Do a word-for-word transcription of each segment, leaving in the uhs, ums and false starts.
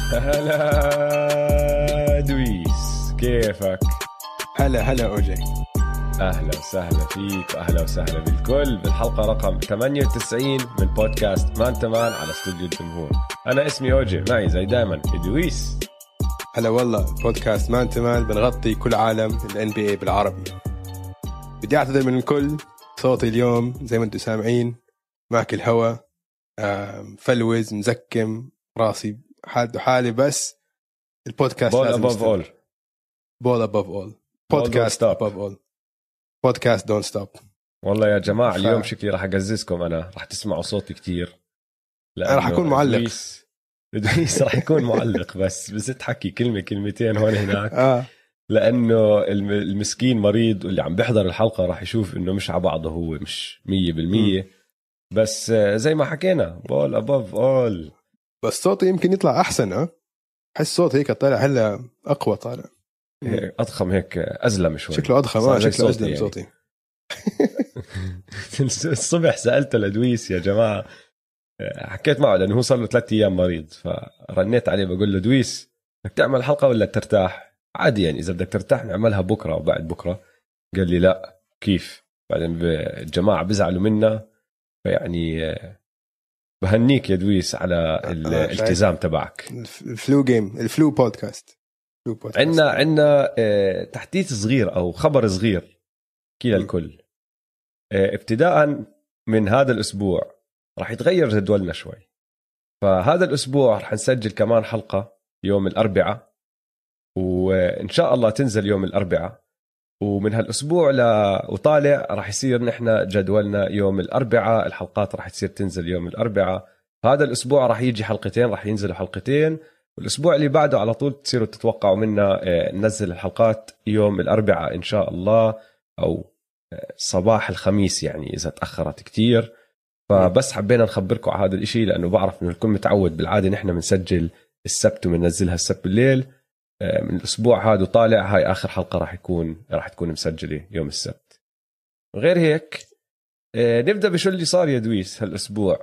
هلا دويس، كيفك؟ هلا هلا أوجي. أهلا وسهلا فيك وأهلا وسهلا بالكل بالحلقة رقم ثمانية وتسعين من بودكاست مان تمان على استوديو الجمهور. أنا اسمي أوجي، معي زي دايما دويس. هلا والله، بودكاست مان تمان بنغطي كل عالم ال إن بي إيه بالعربي. بدي أعتذر من الكل، صوتي اليوم زي ما انتم سامعين معك الهوا فلوز مزكم راسي حاد حالي، بس البودكاست بول لازم above يستمر. all بول above all بودكاست above all بودكاست don't stop. والله يا جماعة ف... اليوم شكلي راح أقززكم، أنا راح تسمعوا صوتي كتير. أنا راح أكون معلق. دويس دويس راح يكون معلق بس بزت حكي كلمة كلمتين هون هناك. آه. لأنه المسكين مريض واللي عم بيحضر الحلقة راح يشوف إنه مش على بعضه، هو مش مية بالمية. بس زي ما حكينا بول above all. بس صوتي يمكن يطلع أحسن. أه حس صوتي هيك طالع هلا أقوى، طالع أضخم هيك، أزلم شوي، شكله أضخم. آه شكله أزلم يعني. صوتي الصبح سألته لدويس يا جماعة، حكيت معه لأنه هو صار له ثلاثة أيام مريض، فرنيت عليه بقول له دويس بدك تعمل حلقة ولا ترتاح؟ عادي يعني إذا بدك ترتاح نعملها بكرة وبعد بكرة. قال لي لا كيف، بعدين الجماعة بيزعلوا منا، فيعني بهنيك يا دويس على الالتزام تبعك. الفلو جيم، الفلو بودكاست. عنا عنا تحديث صغير أو خبر صغير كلا الكل. ابتداء من هذا الأسبوع راح يتغير جدولنا شوي، فهذا الأسبوع راح نسجل كمان حلقة يوم الأربعاء، وإن شاء الله تنزل يوم الأربعاء. ومن هالأسبوع ل وطالع راح يصير نحن جدولنا يوم الأربعاء، الحلقات راح تصير تنزل يوم الأربعاء. هذا الأسبوع راح يجي حلقتين، راح ينزلوا حلقتين، والأسبوع اللي بعده على طول تصيروا تتوقعوا منا ننزل الحلقات يوم الأربعاء إن شاء الله، أو صباح الخميس يعني إذا تأخرت كتير. فبس حبينا نخبركم على هذا الاشي، لأنه بعرف إنه الكل متعود بالعادة نحن بنسجل السبت وبننزلها السبت بالليل. من الأسبوع هذا طالع هاي آخر حلقة راح يكون راح تكون مسجلة يوم السبت. غير هيك نبدأ بشو اللي صار يا دويس هالأسبوع.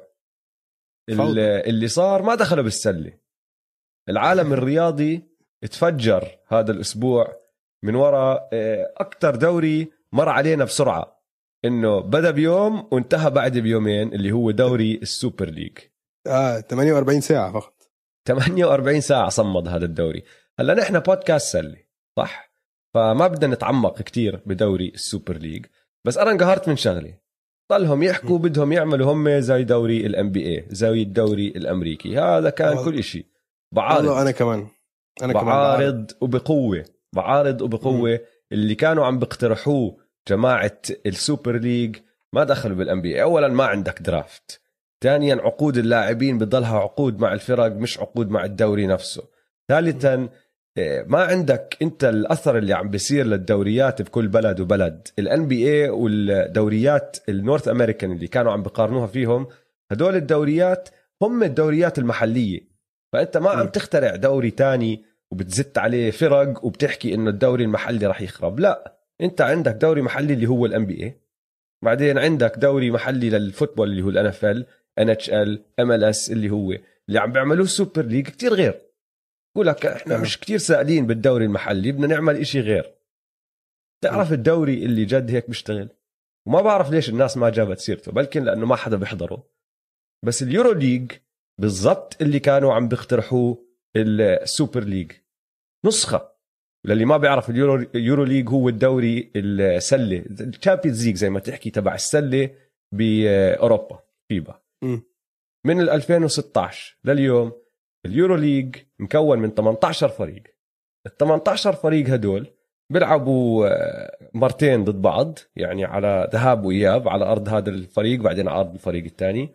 اللي صار ما دخله بالسلة. العالم الرياضي اتفجر هذا الأسبوع من وراء أكتر دوري مر علينا بسرعة، إنه بدأ بيوم وانتهى بعد بيومين، اللي هو دوري السوبر ليج. آه ثمانية وأربعين ساعة فقط. ثمانية وأربعين ساعة صمد هذا الدوري. هلا نحن بودكاست سلة صح، فما بدنا نتعمق كتير بدوري السوبر ليج. بس أنا انقهرت من شغلة، ضلهم يحكوا بدهم يعملوا هم زي دوري الام بي اي، زي الدوري الأمريكي. هذا كان والله. كل إشي بعارض. أنا كمان أنا بعارض كمان بعارض وبقوة بعارض وبقوة. م. اللي كانوا عم بيقترحوه جماعة السوبر ليج ما دخلوا بالان بي اي. اولا ما عندك درافت، ثانيا عقود اللاعبين بتضلها عقود مع الفرق مش عقود مع الدوري نفسه، ثالثا ما عندك انت الاثر اللي عم بيصير للدوريات بكل بلد وبلد. الان بي اي والدوريات النورث امريكان اللي كانوا عم بقارنوها فيهم، هدول الدوريات هم الدوريات المحلية، فانت ما عم تخترع دوري تاني وبتزت عليه فرق وبتحكي انه الدوري المحلي راح يخرب. لا، انت عندك دوري محلي اللي هو الان بي اي، بعدين عندك دوري محلي للفوتبول اللي هو الان اف ال، ان اتش ال، ام ال اس اللي هو اللي عم بيعملوه السوبر ليج. كتير غير. بقول لك احنا مش كتير سائلين بالدوري المحلي، بدنا نعمل اشي غير. تعرف الدوري اللي جد هيك بيشتغل، وما بعرف ليش الناس ما جابت سيرته، بلكن لانه ما حدا بيحضره. بس اليورو ليج بالضبط اللي كانوا عم بيقترحوه السوبر ليج، نسخة. للي ما بيعرف اليورو يورو ليج هو الدوري السلة، الشامبيونز ليج زي ما تحكي تبع السلة بأوروبا فيبا. م. من ألفين وستة عشر لليوم اليورو ليج مكون من ثمانية عشر فريق. ال ثمانية عشر فريق هدول بيلعبوا مرتين ضد بعض، يعني على ذهاب وإياب على أرض هذا الفريق، بعدين على أرض الفريق الثاني،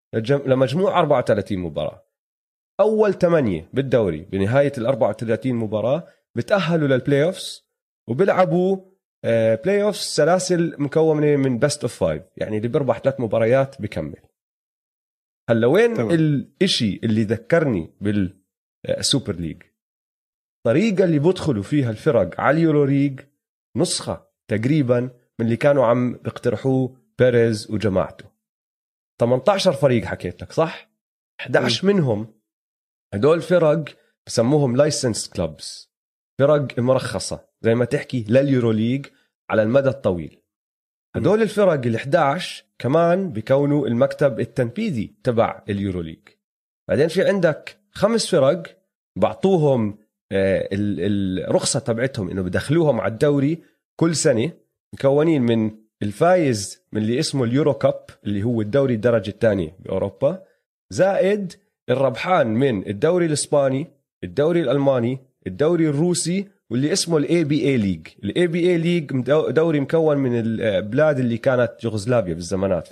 لمجموع أربعة وثلاثين مباراة. أول ثمانية بالدوري بنهاية ال أربعة وثلاثين مباراة بتأهلوا للبلاي أوفس، وبيلعبوا بلاي أوفس سلاسل مكونة من بست أوف فايف، يعني اللي بيربح ثلاث مباريات بكمل. هلا وين طبعا. الاشي اللي ذكرني بالسوبر ليج، الطريقة اللي بدخلوا فيها الفرق على اليورو ليج نسخة تقريبا من اللي كانوا عم بيقترحوه بيريز وجماعته. ثمانية عشر فريق حكيت لك صح، إحدى عشر م. منهم هدول فرق بسموهم لايسنس كلوبز، فرق مرخصة زي ما تحكي لليورو ليج على المدى الطويل. هدول الفرق ال11 كمان بيكونوا المكتب التنفيذي تبع اليورو ليج. بعدين في عندك خمس فرق بعطوهم الرخصة تبعتهم إنه بدخلوهم على الدوري كل سنة، مكونين من الفايز من اللي اسمه اليورو كاب اللي هو الدوري الدرجة الثانية بأوروبا، زائد الربحان من الدوري الإسباني، الدوري الألماني، الدوري الروسي، واللي اسمه الاي بي اي ليج. الاي بي اي ليج دوري مكون من البلاد اللي كانت يوغوسلافيا بالزمانات،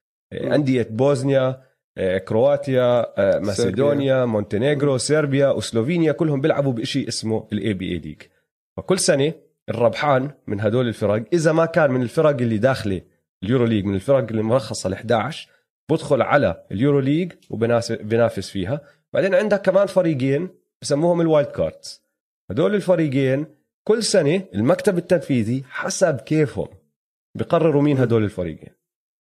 فأندية بوزنيا، كرواتيا، ماسيدونيا، مونتينيغرو، صربيا وسلوفينيا، كلهم بيلعبوا بشيء اسمه الاي بي اي ليج. فكل سنة الربحان من هدول الفرق إذا ما كان من الفرق اللي داخله اليورو ليج، من الفرق اللي مرخصة ل11، بدخل على اليورو ليج وبنافس فيها. بعدين عندك كمان فريقين بسموهم الوايلد كاردز. هدول الفريقين كل سنة المكتب التنفيذي حسب كيفهم بيقرروا مين هدول الفريقين.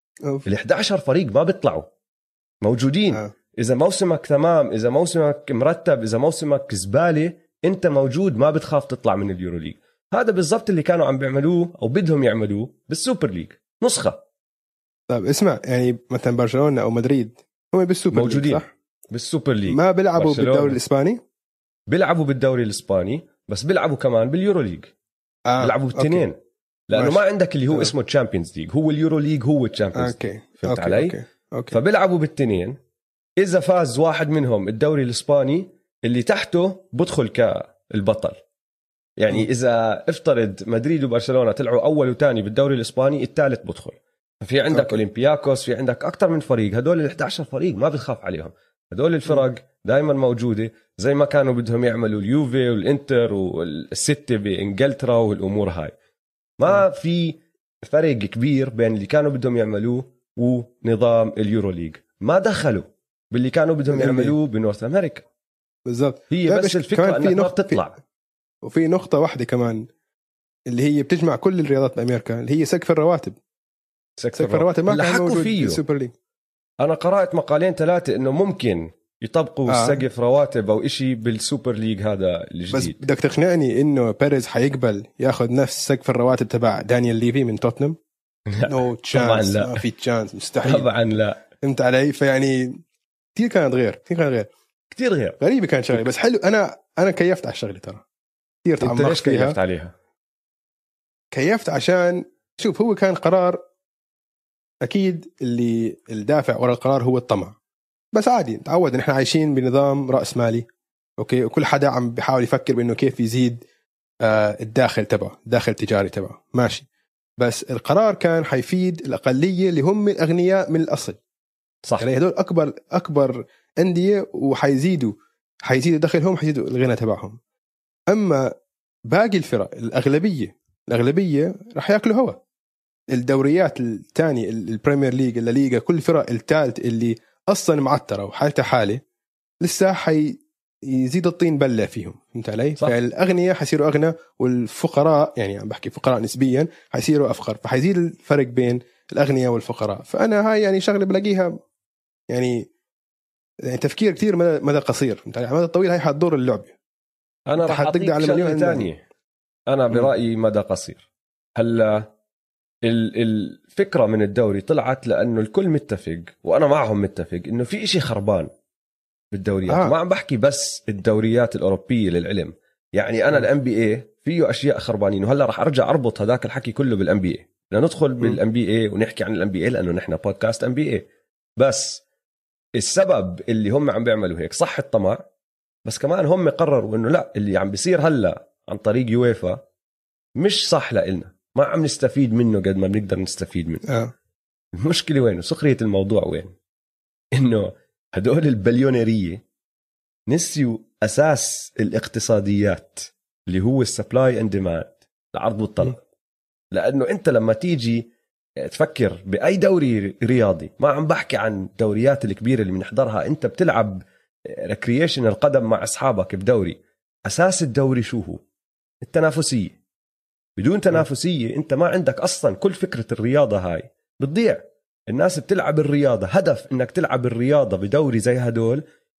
ال11 فريق ما بيطلعوا موجودين. أه. إذا موسمك تمام، إذا موسمك مرتب، إذا موسمك زبالة، أنت موجود، ما بتخاف تطلع من اليورو ليج. هذا بالضبط اللي كانوا عم بيعملوه أو بدهم يعملوه بالسوبر ليج نسخة. طيب اسمع، يعني مثلا برشلونة أو مدريد هم بالسوبر موجودين ليج صح؟ بالسوبر ليج. ما بيلعبوا بالدوري الإسباني؟ بيلعبوا بالدوري الإسباني، بس بيلعبوا كمان باليورو ليج. آه. بيلعبوا بالتنين، لأنه ماشي. ما عندك اللي هو آه. اسمه تشامبيونز ليج، هو اليورو ليج هو التشامبيونز أوكي. ليج. فهمت أوكي. علي؟ أوكي. أوكي. فبيلعبوا بالتنين. إذا فاز واحد منهم الدوري الإسباني، اللي تحته بدخل كالبطل. يعني م. إذا افترض مدريد وبرشلونة طلعوا أول وثاني بالدوري الإسباني، الثالث بدخل. ففي عندك أوكي. أولمبياكوس، في عندك أكتر من فريق. هدول ال11 فريق ما بتخاف عليهم. هدول الفرق دائما موجودة، زي ما كانوا بدهم يعملوا اليوفي والإنتر والسيتي بإنجلترا والأمور هاي. ما في فرق كبير بين اللي كانوا بدهم يعملوه ونظام اليورو ليج. ما دخلوا باللي كانوا بدهم يعملوه بنورث أمريكا. بالضبط. هي بس الفكرة أنك ما بتطلع. وفي نقطة واحدة كمان اللي هي بتجمع كل الرياضات بأمريكا، اللي هي سقف الرواتب. سقف الرواتب ما كان موجود فيه السوبر ليج. أنا قرأت مقالين ثلاثة إنه ممكن يطبقوا آه. سقف رواتب أو إشي بالسوبر ليج هذا الجديد. بس بدك تقنعني إنه بيريز حيقبل ياخذ نفس سقف الرواتب تبع دانيال ليفي من توتنهام؟ نو تشانس. ما في تشانس، مستحيل. طبعا لا. فهمت علي؟ فيعني كثير كانت غير كثير كانت غير كثير غير غريبة كانت شغلة. بس حلو. أنا أنا كيفت على الشغلة ترى كثير تعمقت ليش فيها. كيفت عليها؟ كيفت عشان شوف، هو كان قرار أكيد اللي الدافع وراء القرار هو الطمع، بس عادي تعود إن إحنا عايشين بنظام رأس مالي. أوكي. وكل حدا عم بيحاول يفكر بإنه كيف يزيد آه الداخل تبعه، الداخل التجاري تبعه، ماشي. بس القرار كان حيفيد الأقلية اللي هم الأغنياء من الأصل. صح. يعني هدول أكبر أكبر أندية، وحيزيدوا حيزيدوا دخلهم، حيزيدوا الغنى تبعهم. أما باقي الفرق الأغلبية الأغلبية رح يأكلوا هوا. الدوريات الثانية، البريمير ليج، الليغا، كل الفرق الثالث اللي أصلا معترة وحالتها حالة، لسه حيزيد الطين بلة فيهم. فهمت علي؟ فالأغنياء حيصيروا أغنى، والفقراء يعني عم بحكي فقراء نسبيا حيصيروا أفقر، فحيزيد الفرق بين الأغنياء والفقراء. فأنا هاي يعني شغلة بلاقيها يعني, يعني تفكير كتير مدى, مدى قصير. فهمت علي؟ مدى طويل هاي حتضر اللعبة. أنا راح أعطيك شغلة ثانية. أنا برأيي مدى قصير. هلا الفكرة من الدوري طلعت لأنه الكل متفق، وأنا معهم متفق، إنه في إشي خربان بالدوريات. آه. ما عم بحكي بس الدوريات الأوروبية للعلم، يعني أنا الام بي اي فيه أشياء خربانين. وهلا راح أرجع أربط هذاك الحكي كله بالام بي اي، لندخل بالام بي اي ونحكي عن الام بي اي لأنه نحن بودكاست ام بي اي. بس السبب اللي هم عم بيعملوا هيك صح الطمع، بس كمان هم قرروا إنه لا، اللي عم بيصير هلا عن طريق يويفا مش صح لإلنا، ما عم نستفيد منه قد ما بنقدر نستفيد منه. آه. المشكلة وين وسخرية الموضوع وين؟ إنه هدول البليونيرية نسيوا أساس الاقتصاديات اللي هو السبلاي اند ديماند، العرض والطلب. لأنه أنت لما تيجي تفكر بأي دوري رياضي، ما عم بحكي عن دوريات الكبيرة اللي بنحضرها، أنت بتلعب ريكرييشن القدم مع أصحابك بدوري. أساس الدوري شو هو؟ التنافسية. بدون تنافسية أنت ما عندك أصلا كل فكرة الرياضة هاي بتضيع. الناس بتلعب الرياضة، هدف إنك تلعب الرياضة بدوري زي هدول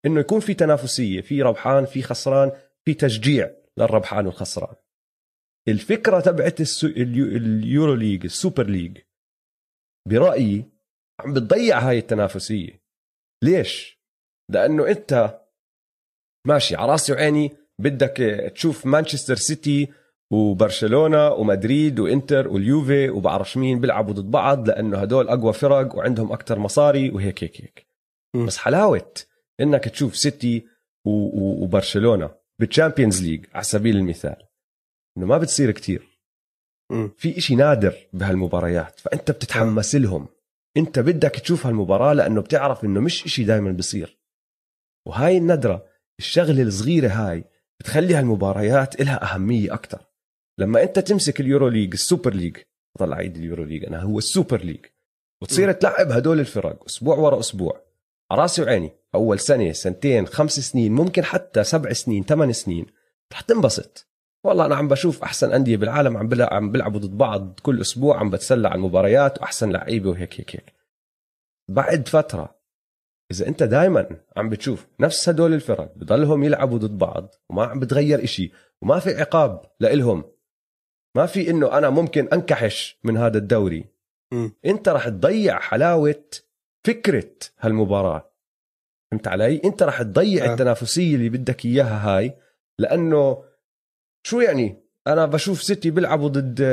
انه يكون في تنافسيه، في ربحان في خسران، في تشجيع للربحان والخسران. الفكره تبعت السو... اليو... اليورو ليج السوبر ليج برايي عم بتضيع هاي التنافسيه. ليش؟ لانه انت ماشي على راسي وعيني بدك تشوف مانشستر سيتي وبرشلونه ومدريد وانتر واليوفي وبعرفش مين بيلعبوا ضد بعض لانه هدول اقوى فرق وعندهم اكتر مصاري وهيك هيك هيك. م. بس حلاوه انك تشوف سيتي وبرشلونه بالتشامبيونز ليج على سبيل المثال انه ما بتصير كتير، م. في اشي نادر بهالمباريات، فانت بتتحمس لهم، انت بدك تشوف هالمباراه لانه بتعرف انه مش اشي دائما بصير. وهاي الندره الشغله الصغيره هاي بتخلي هالمباريات إلها أهمية أكتر. لما أنت تمسك اليورو ليج السوبر ليج، طلع عيد اليورو ليج أنا هو السوبر ليج، وتصير تلعب هدول الفرق أسبوع ورا أسبوع على راسي وعيني، أول سنة سنتين خمس سنين ممكن حتى سبع سنين ثمان سنين رح تنبسط. والله أنا عم بشوف أحسن أندية بالعالم عم بلعب عم بلعبوا ضد بعض كل أسبوع، عم بتسلى على المباريات وأحسن لعيبة وهيك هيك هيك. بعد فترة إذا أنت دايما عم بتشوف نفس هدول الفرق بضلهم يلعبوا ضد بعض وما عم بتغير إشي وما في عقاب لإلهم، ما في إنه أنا ممكن أنكحش من هذا الدوري، م. أنت رح تضيع حلاوة فكرة هالمباراة. فهمت علي؟ أنت رح تضيع آه. التنافسية اللي بدك إياها هاي. لأنه شو يعني أنا بشوف سيتي بيلعبوا ضد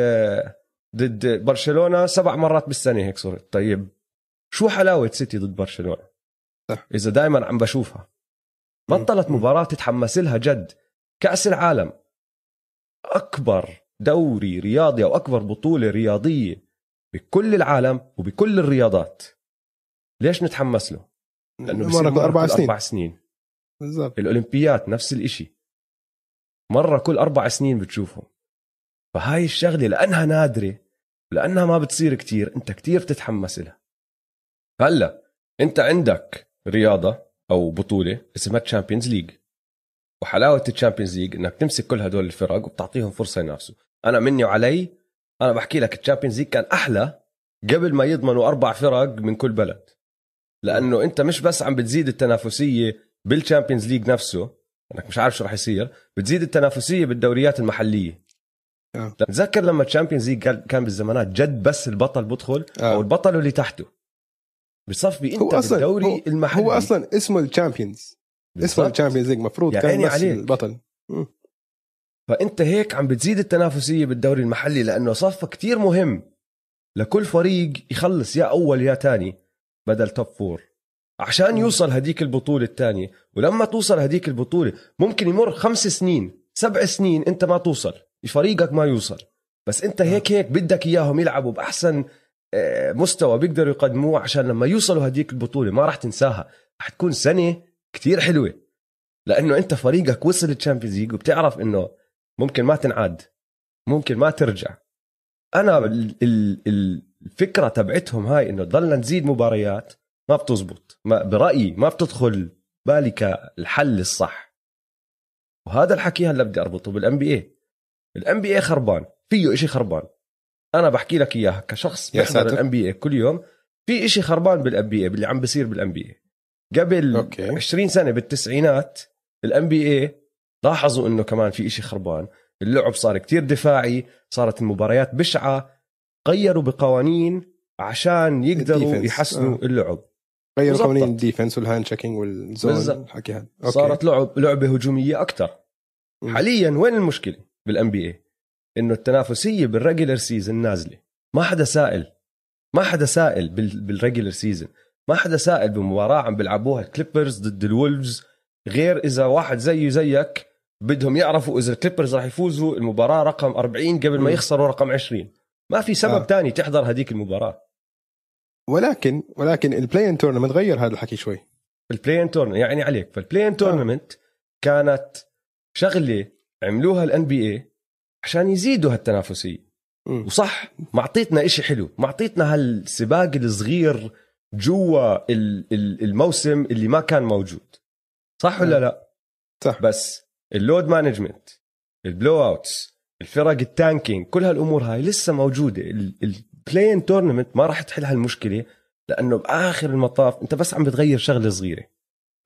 ضد برشلونة سبع مرات بالسنة هيك صورت. طيب شو حلاوة سيتي ضد برشلونة صح. إذا دايما عم بشوفها؟ بطلت مباراة تتحمس لها جد. كأس العالم أكبر دوري رياضي أو أكبر بطولة رياضية بكل العالم وبكل الرياضات، ليش نتحمس له؟ لأنه بصير مرة أربع سنين, أربع سنين. بالضبط. الأولمبيات نفس الإشي، مرة كل أربع سنين بتشوفهم. فهاي الشغلة لأنها نادرة لأنها ما بتصير كتير أنت كتير بتتحمس لها. هلأ أنت عندك رياضة أو بطولة اسمها تشامبيونز ليج، وحلاوة التشامبيونز ليج إنك تمسك كل هدول الفرق وبتعطيهم فرصة ينافسوا. أنا مني وعلي أنا بحكي لك التشامبيونز ليج كان أحلى قبل ما يضمنوا أربع فرق من كل بلد، لأنه أنت مش بس عم بتزيد التنافسية بالتشامبيونز ليج نفسه أنك مش عارف شو رح يصير، بتزيد التنافسية بالدوريات المحلية. آه. تذكر لما التشامبيونز ليج كان بالزمانات جد بس البطل بدخل آه. أو البطل اللي تحته بصفي انت أصلاً بالدوري هو المحلي. هو اصلا اسمه الشامبيونز، اسمه الشامبيونز ليج مفروض كان بس عليك. البطل م. فانت هيك عم بتزيد التنافسيه بالدوري المحلي، لانه صفى كتير مهم لكل فريق يخلص يا اول يا تاني بدل توب فور عشان م. يوصل هديك البطوله الثانيه. ولما توصل هديك البطوله ممكن يمر خمس سنين سبع سنين انت ما توصل، فريقك ما يوصل، بس انت هيك هيك بدك اياهم يلعبوا باحسن مستوى بيقدروا يقدموه عشان لما يوصلوا هديك البطولة ما راح تنساها، راح تكون سنة كتير حلوة، لأنه أنت فريقك وصل الشامبيونز ليج وبتعرف إنه ممكن ما تنعاد، ممكن ما ترجع. أنا الفكرة تبعتهم هاي إنه ضلنا نزيد مباريات ما بتزبط، ما برأيي ما بتدخل بالي كالحل الصح. وهذا الحكي هلا بدي أربطه بالان بي اي. الان بي اي خربان، فيه إشي خربان، انا بحكي لك اياها كشخص بيحضر الان بي اي كل يوم. في إشي خربان بالان بي اي باللي عم بيصير بالان بي اي. قبل أوكي. عشرين سنه بالتسعينات الان بي اي لاحظوا انه كمان في إشي خربان، اللعب صار كتير دفاعي، صارت المباريات بشعه، غيروا بقوانين عشان يقدروا الديفنس. يحسنوا آه. اللعب، غيروا قوانين الديفنس والهاند تشيكينج والزون الحكي هذا، صارت لعب لعبه هجوميه اكتر. م. حاليا وين المشكله بالان بي اي؟ انه التنافسيه بالريجولر سيزن نازله، ما حدا سائل ما حدا سائل بالريجولر سيزن، ما حدا سائل بمباراه عم بيلعبوها الكليبرز ضد الولفز، غير اذا واحد زي زيك بدهم يعرفوا اذا الكليبرز راح يفوزوا المباراه رقم أربعين قبل ما يخسروا رقم عشرين. ما في سبب آه. تاني تحضر هديك المباراه. ولكن ولكن البلاي ان تورنمنت غير هذا الحكي شوي. البلاي ان تورنمنت يعني عليك، فالبلاي ان تورنمنت آه. كانت شغله عملوها الان بي اي عشان يزيدوا هالتنافسية. م. وصح معطيتنا إشي حلو، معطيتنا هالسباق الصغير جوا الموسم اللي ما كان موجود، صح ولا لا؟ صح. بس اللود مانجمنت، البلو اوتس، الفرق التانكينج، كل هالأمور هاي لسه موجودة. البلاين تورنمنت ما راح تحل هالمشكلة، لأنه بآخر المطاف أنت بس عم بتغير شغلة صغيرة،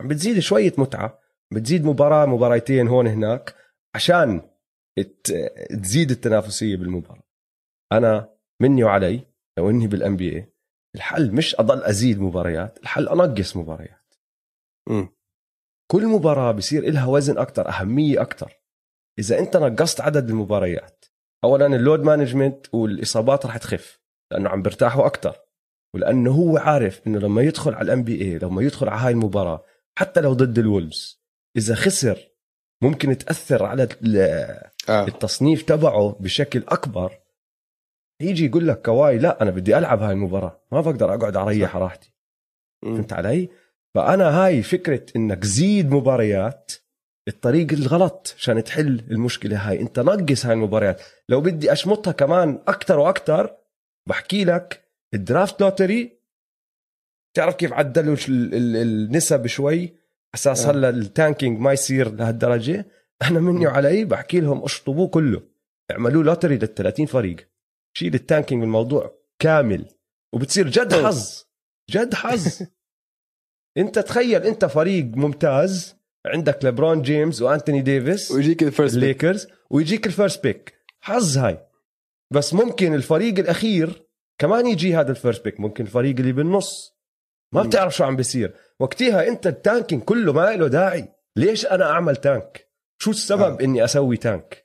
عم بتزيد شويه متعه، بتزيد مباراه مباراتين هون هناك عشان تزيد التنافسيه بالمباراه. انا مني وعلي لو اني بالان بي اي الحل مش اضل ازيد مباريات، الحل انقص مباريات. م. كل مباراه بصير إلها وزن اكتر، اهميه اكتر. اذا انت نقصت عدد المباريات، اولا اللود مانجمنت والاصابات رح تخف لانه عم برتاحوا اكتر، ولانه هو عارف انه لما يدخل على الان بي اي، لما يدخل على هاي المباراه حتى لو ضد الولفز اذا خسر ممكن تاثر على التصنيف تبعه بشكل اكبر. يجي يقول لك كواي لا انا بدي العب هاي المباراه، ما بقدر اقعد اريح راحتي. فهمت علي؟ فانا هاي فكره انك زيد مباريات الطريق الغلط عشان تحل المشكله هاي. انت نقص هاي المباريات. لو بدي اشمطها كمان اكتر واكتر بحكي لك الدرافت لوتري، تعرف كيف عدلوا النسب شوي اساس هلا التانكينج ما يصير لهالدرجه. انا مني وعلي بحكي لهم اشطبوه كله، اعملوا لوتري لل30 فريق، شيل التانكينج الموضوع كامل وبتصير جد حظ. جد حظ. انت تخيل انت فريق ممتاز عندك ليبرون جيمس وانتوني ديفيس ويجيك الفيرست الليكرز ويجيك الفيرست بيك، حظ هاي. بس ممكن الفريق الاخير كمان يجي هذا الفيرست بيك، ممكن الفريق اللي بالنص ما بتعرف شو عم بيصير. وقتها انت التانكينج كله ما له داعي. ليش انا اعمل تانك؟ شو السبب آه. اني اسوي تانك؟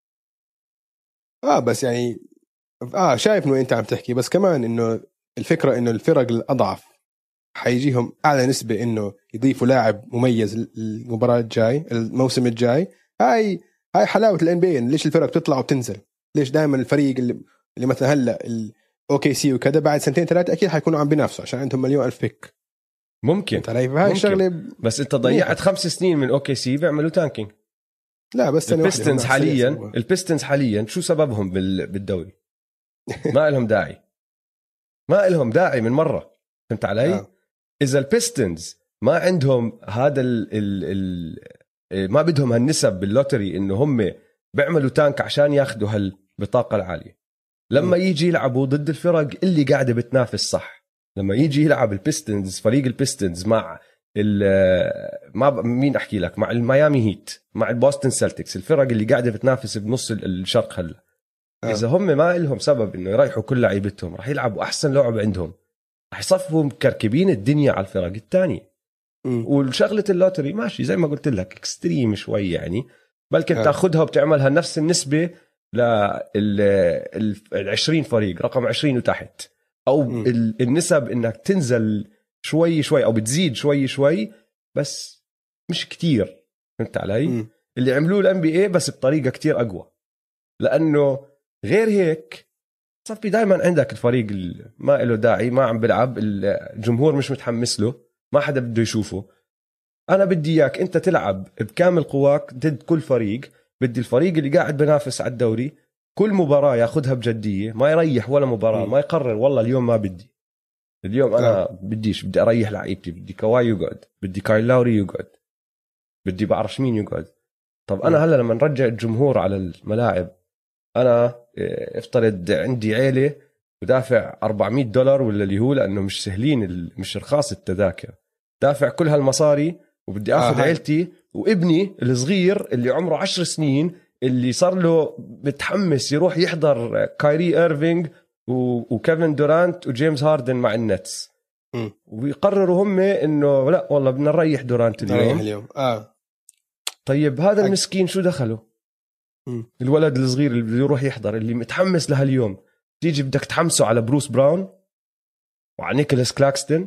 اه بس يعني اه شايف انه انت عم تحكي، بس كمان انه الفكره انه الفرق الاضعف حيجيهم اعلى نسبه انه يضيفوا لاعب مميز المباراه الجاي الموسم الجاي. هاي هاي حلاوه الان بي. ليش الفرق بتطلع وبتنزل؟ ليش دائما الفريق اللي, اللي مثلا هلا الاوكي سي وكذا بعد سنتين ثلاثه اكيد حيكونوا عم بينافسوا عشان عندهم مليون الف بيك. ممكن انت هاي الشغله ب... بس انت ضيعت خمس سنين من اوكي سي بيعملوا تانكينج. لا بس البيستنز حاليا البيستنز حاليا شو سببهم بالدوري؟ ما لهم داعي، ما لهم داعي من مره. فهمت علي؟ آه. اذا البيستنز ما عندهم هذا ال ال ال ما بدهم هالنسب باللوتري انه هم بيعملوا تانك عشان ياخذوا هالبطاقه العاليه، لما م. يجي يلعبوا ضد الفرق اللي قاعده بتنافس صح، لما يجي يلعب البيستنز فريق البيستنز مع ما مين احكي لك مع الميامي هيت مع البوستن سلتكس، الفرق اللي قاعده بتنافس بنص الشرق هلا آه. اذا هم ما لهم سبب انه يريحوا كل لعيبتهم، راح يلعبوا احسن لعب عندهم، راح يصفوا مكركبين الدنيا على الفرق الثانيه. والشغله اللوتري ماشي زي ما قلت لك اكستريم شوي يعني، بلكن آه. تاخذها وبتعملها نفس النسبه لل عشرين فريق رقم عشرين وتحت، او م. النسب انك تنزل شوي شوي او بتزيد شوي شوي بس مش كتير. فهمت علي؟ م. اللي عملوه الان بي اي بس بطريقه كتير اقوى، لانه غير هيك صفي دائما عندك الفريق ما له داعي، ما عم بلعب، الجمهور مش متحمس له، ما حدا بده يشوفه. انا بدي اياك انت تلعب بكامل قواك ضد كل فريق، بدي الفريق اللي قاعد بنافس على الدوري كل مباراة ياخدها بجدية، ما يريح ولا مباراة، ما يقرر والله اليوم ما بدي، اليوم انا بديش، بدي اريح لعيبتي، بدي كواي يقعد، بدي كايل لاوري يقعد، بدي بعرفش مين يقعد. طب انا هلا لما نرجع الجمهور على الملاعب، انا افترض عندي عيلة ودافع أربعمية دولار ولا اللي هو، لانه مش سهلين مش رخاص التذاكر، دافع كل هالمصاري وبدي اخذ آه عيلتي وابني الصغير اللي عمره عشر سنين اللي صار له متحمس يروح يحضر كايري إيرفينغ وكيفن دورانت وجيمس هاردن مع النتس، م. ويقرروا هم انه لا والله بدنا نريح دورانت اليوم, اليوم. آه. طيب هذا المسكين شو دخله؟ م. الولد الصغير اللي بده يروح يحضر اللي متحمس لهاليوم، تيجي بدك تحمسه على بروس براون وعلى نيكولاس كلاكستون؟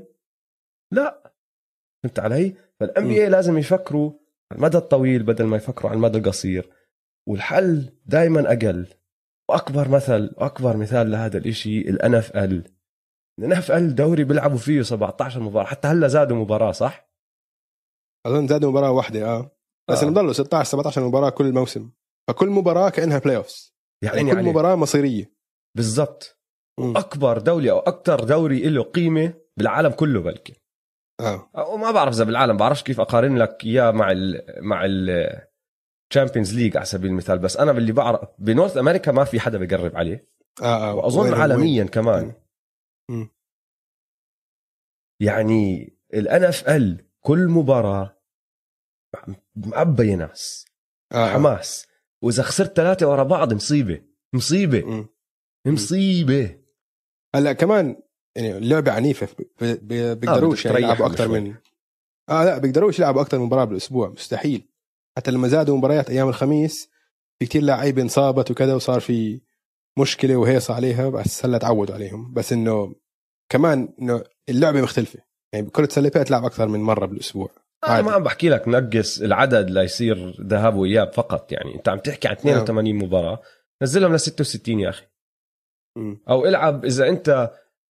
لا. فهمت علي؟ فالان بي اي لازم يفكروا على المدى الطويل بدل ما يفكروا على المدى القصير، والحل دائما اقل. واكبر مثل اكبر مثال لهذا الاشي الان اف ال. الان اف ال دوري بيلعبوا فيه سبعة عشر مباراة، حتى هلا زادوا مباراة صح؟ اظن زادوا مباراة واحدة اه بس آه. نضلوا ستة عشر سبعة عشر مباراة كل موسم، فكل مباراة كأنها بلاي اوفز يعني, يعني كل عليك. مباراة مصيرية بالضبط. واكبر دولي او اكتر دوري له قيمة بالعالم كله بلكي اه وما بعرف اذا بالعالم، بعرفش كيف اقارن لك اياه مع ال مع ال تشامبيونز ليج على سبيل المثال، بس انا باللي بعرف بنورث امريكا ما في حدا بيقرب عليه اه اه واظن عالميا وين. كمان م. يعني الان اف ال كل مباراة معبية ناس آه. حماس، وإذا خسرت ثلاثة ورا بعض مصيبة مصيبة م. مصيبة. هلا كمان يعني اللعبة عنيفة، بيقدروش آه يعني يلعبوا أكتر من آه لا بيقدروش يلعبوا أكتر من مباراة بالأسبوع، مستحيل. حتى لما زادوا مباريات أيام الخميس في كتير لاعبين انصابت وكذا وصار في مشكلة وهيص عليها، بس هلا تعودوا عليهم. بس إنه كمان إنه اللعبة مختلفة، يعني كرة سلة تلعب أكثر من مرة بالأسبوع. أنا ما عم بحكي لك نقص العدد ليصير ذهاب وإياب فقط، يعني أنت عم تحكي عن اثنين وثمانين مباراة، نزلهم ل ستة وستين يا أخي. م. أو العب إذا أنت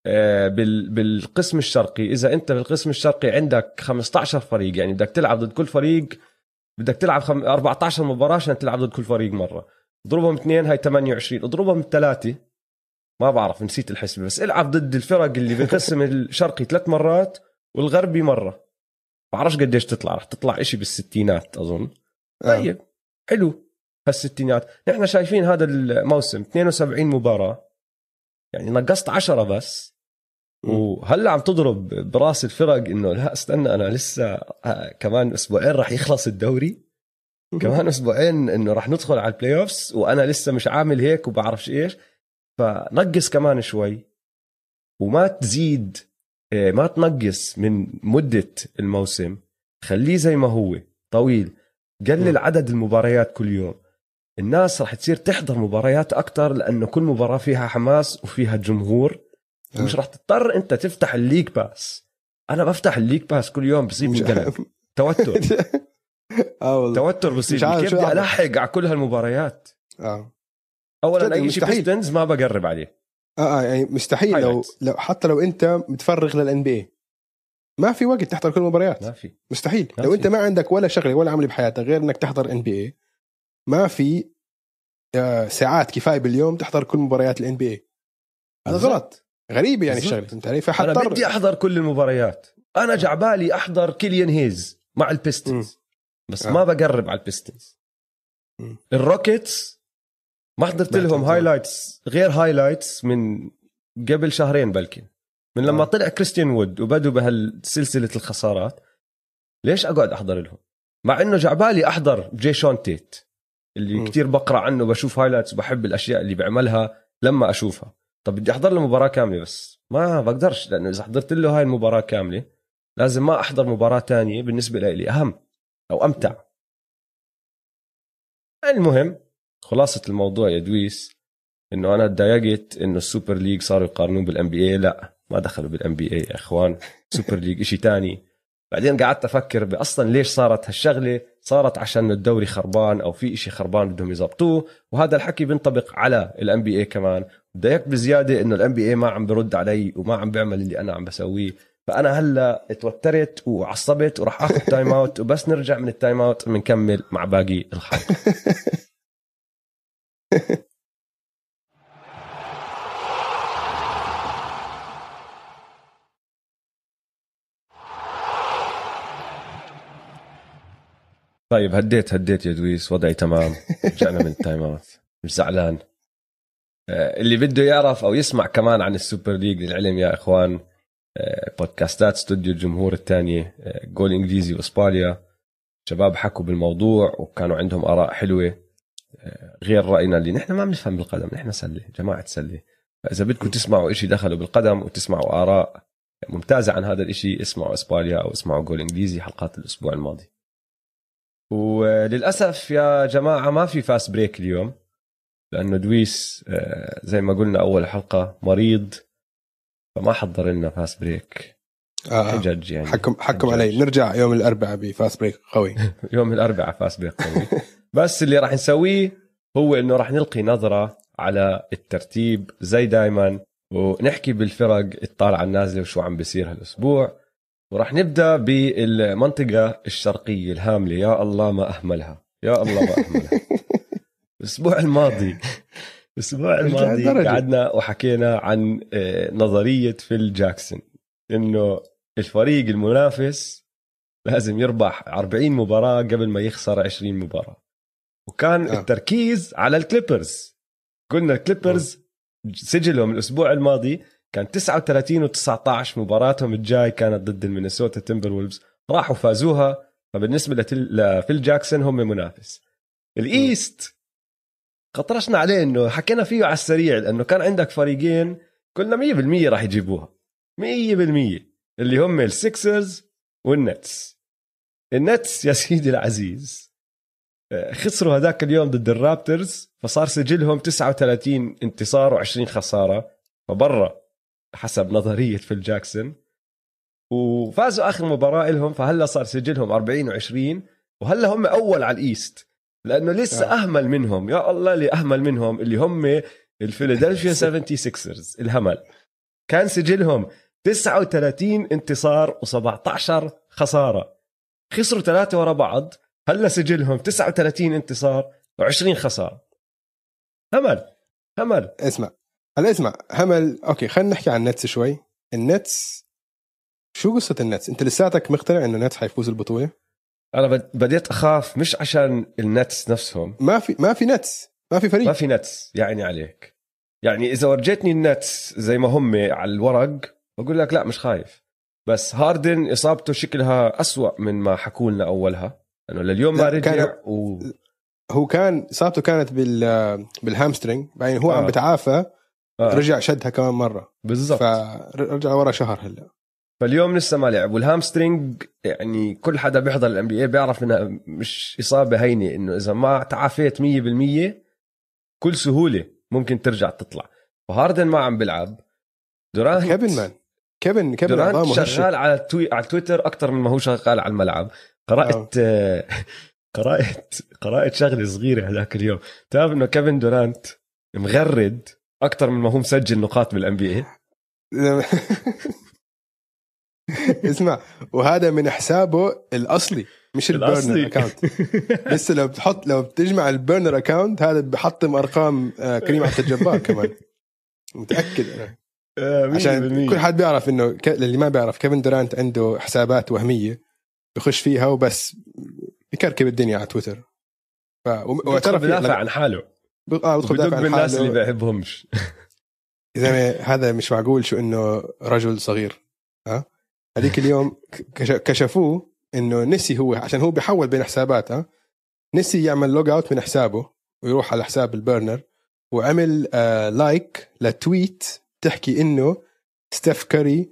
بالقسم الشرقي، إذا أنت بالقسم الشرقي عندك خمسة عشر فريق، يعني بدك تلعب ضد كل فريق، بدك تلعب خم... أربعة عشر مباراة عشان تلعب ضد كل فريق مرة، اضربهم اثنين هاي ثمانية وعشرين، اضربهم ثلاثة ما بعرف نسيت الحسبة، بس العب ضد الفرق اللي بالقسم الشرقي ثلاث مرات والغربي مرة، بعرفش قديش تطلع، رح تطلع إشي بالستينات أظن. طيب حلو هالستينات. نحن شايفين هذا الموسم اثنين وسبعين مباراة، يعني نقصت عشرة بس، وهلا عم تضرب براس الفرق انه لا استنى انا لسه كمان اسبوعين راح يخلص الدوري، كمان اسبوعين انه راح ندخل على البلاي اوفس وانا لسه مش عامل هيك وبعرفش ايش. فنقص كمان شوي وما تزيد، ما تنقص من مدة الموسم، خليه زي ما هو طويل، قلل عدد المباريات كل يوم. الناس راح تصير تحضر مباريات اكتر لانه كل مباراة فيها حماس وفيها جمهور، مش راح تضطر انت تفتح الليج باس. انا بفتح الليج باس كل يوم بصيب من قلب توتر اه توتر بصيب كيف بدي الحق على كل هالمباريات. اه اولا اي شيء بيستنز ما بقرب عليه. اه اه يعني مستحيل لو, لو حتى لو انت متفرغ للان بي اي ما في وقت تحضر كل المباريات، ما في مستحيل. ما لو في. انت ما عندك ولا شغله ولا عمل بحياتك غير انك تحضر ان بي اي، ما في آه ساعات كفايه باليوم تحضر كل مباريات الان بي اي. هذا غلط، غريبة يعني الشغله. انت عارف حتى انا بدي احضر كل المباريات، انا جعبالي احضر كيليان هيز مع البيستنز بس آه. ما بقرب على البيستنز. الروكيتس ما حضرت لهم هايلايتس غير هايلايتس من قبل شهرين بلكن، من لما آه. طلع كريستيان وود وبدوا بهالسلسله الخسارات. ليش اقعد احضر لهم مع انه جعبالي احضر جيشون تيت اللي م. كتير بقرا عنه، بشوف هايلايتس وبحب الاشياء اللي بيعملها لما اشوفها. طب بدي احضر له مباراه كامله بس ما بقدرش، لانه اذا حضرت له هاي المباراه كامله لازم ما احضر مباراه تانية بالنسبه لي اهم او امتع. المهم خلاصه الموضوع يا دويس انه انا تضايقت انه السوبر ليج صاروا يقارنون بالان بي اي. لا ما دخلوا بالان بي اي يا اخوان، سوبر ليج اشي تاني. بعدين قعدت افكر باصلا ليش صارت هالشغله، صارت عشان الدوري خربان او في اشي خربان بدهم يزبطوه، وهذا الحكي بينطبق على الان بي اي كمان. ضايقت بزياده انه الان بي اي ما عم برد علي وما عم بيعمل اللي انا عم بسويه. فانا هلا اتوترت وعصبت وراح اخذ تايم اوت، وبس نرجع من التايم اوت بنكمل مع باقي الحلقه. طيب هديت هديت يا دويس، وضعي تمام، رجعنا من التايم اوت، مش زعلان. اللي بده يعرف او يسمع كمان عن السوبر ليج للعلم يا اخوان، بودكاستات استوديو الجمهور الثانية، جول انجليزي واسباليا، شباب حكوا بالموضوع وكانوا عندهم اراء حلوة غير راينا اللي نحن ما بنفهم بالقدم، نحن سله جماعه سله. فاذا بدكم تسمعوا إشي دخلوا بالقدم وتسمعوا اراء ممتازه عن هذا الإشي، اسمعوا اسباليا او اسمعوا جول انجليزي حلقات الاسبوع الماضي. وللاسف يا جماعه ما في فاست بريك اليوم، لانه دويس زي ما قلنا اول حلقه مريض، فما حضر لنا فاست بريك. آه حجج يعني حكم حكم حجج. علي نرجع يوم الاربعاء بفاست بريك قوي. يوم الاربعاء فاست بريك قوي. بس اللي راح نسويه هو انه راح نلقي نظره على الترتيب زي دايما، ونحكي بالفرق الطالعه النازله وشو عم بيصير هالاسبوع. وراح نبدا بالمنطقه الشرقيه الهامله، يا الله ما اهملها، يا الله ما اهملها. الاسبوع الماضي الاسبوع الماضي قعدنا وحكينا عن نظريه فيل جاكسون، انه الفريق المنافس لازم يربح أربعين مباراة قبل ما يخسر عشرين مباراة. وكان آه. التركيز على الكليبرز. قلنا الكليبرز آه. سجلهم الأسبوع الماضي كان تسعة وثلاثين وتسعة عشر، مباراتهم الجاي كانت ضد المينيسوتا تيمبر وولفز، راحوا فازوها. فبالنسبة لفيل جاكسون هم منافس. الإيست قطرشنا عليه إنه حكينا فيه على السريع، لأنه كان عندك فريقين كلنا مية بالمية راح يجيبوها مية بالمية، اللي هم السيكسرز والنتس. النتس يا سيدي العزيز خسروا هذاك اليوم ضد الرابترز، فصار سجلهم تسعة وثلاثين انتصار وعشرين خسارة، فبرا حسب نظرية فيل جاكسون. وفازوا آخر مباراة لهم، فهلا صار سجلهم أربعين وعشرين، وهلا هم أول على الإيست، لأنه لسه آه. أهمل منهم. يا الله اللي أهمل منهم اللي هم الفيلادلفيا سبعة وسبعين الهمل، كان سجلهم تسعة وثلاثين انتصار وسبعة عشر خسارة، خسروا ثلاثة ورا بعض. هلا سجلهم تسعة وثلاثين انتصار وعشرين خسارة. همل همل. اسمع هلا اسمع همل. اوكي خلينا نحكي عن النتس شوي. النتس شو قصة النتس؟ انت لساتك مقتنع انه النتس حيفوز البطولة؟ انا بديت اخاف، مش عشان النتس نفسهم، ما في ما في نتس، ما في فريق، ما في نتس. يعني عليك، يعني اذا ورجيتني النتس زي ما هم على الورق بقول لك لا مش خايف. بس هاردن اصابته شكلها أسوأ من ما حكوا لنا اولها، لانه لليوم ما رجع. و... هو كان اصابته كانت بال بالهامسترينج، بعدين هو آه. عم بتعافى آه. رجع شدها كمان مرة بالضبط، فرجع ورا شهر هلا. فاليوم لسه ما لعب. والهامسترينج يعني كل حدا بيحضر الام بي اي بيعرف انها مش اصابه هينه، انه اذا ما تعافيت مية بالمية كل سهوله ممكن ترجع تطلع. فهاردن ما عم بيلعب. دورانت كيفن مان كيفن كيفن دورانت شغال على التوي... على تويتر اكثر من ما هو شغال على الملعب. قرأت آه. قرأت قرأت شغله صغيره هذاك اليوم، تعرف انه كيفن دورانت مغرد اكثر من ما هو مسجل نقاط بالان بي اي. اسمع، وهذا من حسابه الأصلي مش البرنر أكاونت. لسه لو بتحط لو بتجمع البرنر أكاونت هذا بحطم أرقام كريم عبد الجبار كمان، متأكد أنا. عشان كل حد بيعرف إنه ك... اللي ما بيعرف كيفن دورانت عنده حسابات وهمية بخش فيها وبس بكركب الدنيا على تويتر. ف... واعترف بدافع عن حاله. آه بدافع عن بالناس اللي بيحبهمش. إذا هذا مش معقول شو إنه رجل صغير. ها هذيك اليوم كشفوه انه نسي هو، عشان هو بيحول بين حساباته، نسي يعمل لوج اوت من حسابه ويروح على حساب البرنر، وعمل آه لايك لتويت تحكي انه ستيف كاري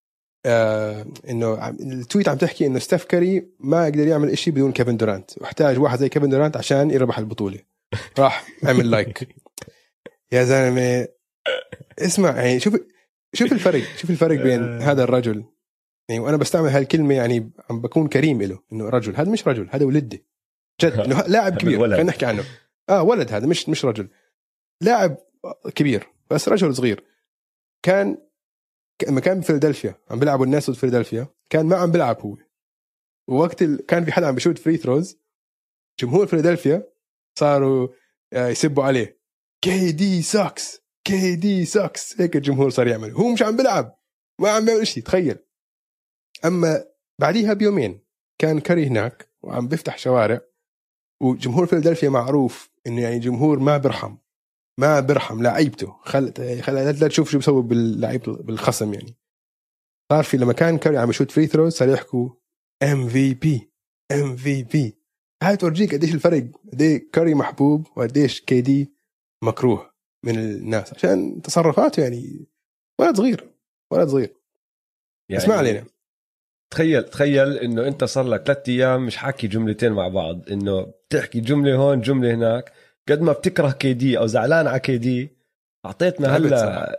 آه انه التويت عم تحكي انه ستيف كاري ما يقدر يعمل إشي بدون كيفن دورانت، واحتاج واحد زي كيفن دورانت عشان يربح البطولة. راح عمل لايك. يا زلمة اسمع، يعني شوف شوف الفرق شوف الفرق بين هذا الرجل، يعني وانا بستعمل هالكلمه يعني عم بكون كريم له، انه رجل، هذا مش رجل، هذا ولدي جد، انه لاعب كبير خلينا نحكي عنه. اه ولد، هذا مش مش رجل، لاعب كبير بس رجل صغير. كان لما كان بفيلادلفيا عم بيلعبوا الناس ضد فيلادلفيا، كان ما عم بيلعب هو، ووقت ال... كان في حدا عم بيشوت فري ثروز، جمهور فيلادلفيا صاروا يسبوا عليه كي دي ساكس كي دي ساكس، هيك الجمهور صار يعمل، هو مش عم بيلعب، ما عم بيعمل شيء، تخيل. أما بعديها بيومين كان كاري هناك وعم بيفتح شوارع، وجمهور فيلادلفيا معروف إنه يعني جمهور ما برحم ما برحم لعيبته، خل خل لا تشوف شو بيسوي باللعيب بالخصم. يعني صار في لما كان كاري عم يشوت فري ثروز صار يحكوا إم في بي إم في بي. هاي تورجيك قديش الفرق، قديش كاري محبوب وقديش كي دي مكروه من الناس عشان تصرفاته. يعني ولد صغير ولد صغير يعني. اسمع علينا، تخيل تخيل انه انت صار لك ثلاث ايام مش حاكي جملتين مع بعض، انه بتحكي جمله هون جمله هناك، قد ما بتكره كي دي او زعلان على كي دي. اعطيتنا هلا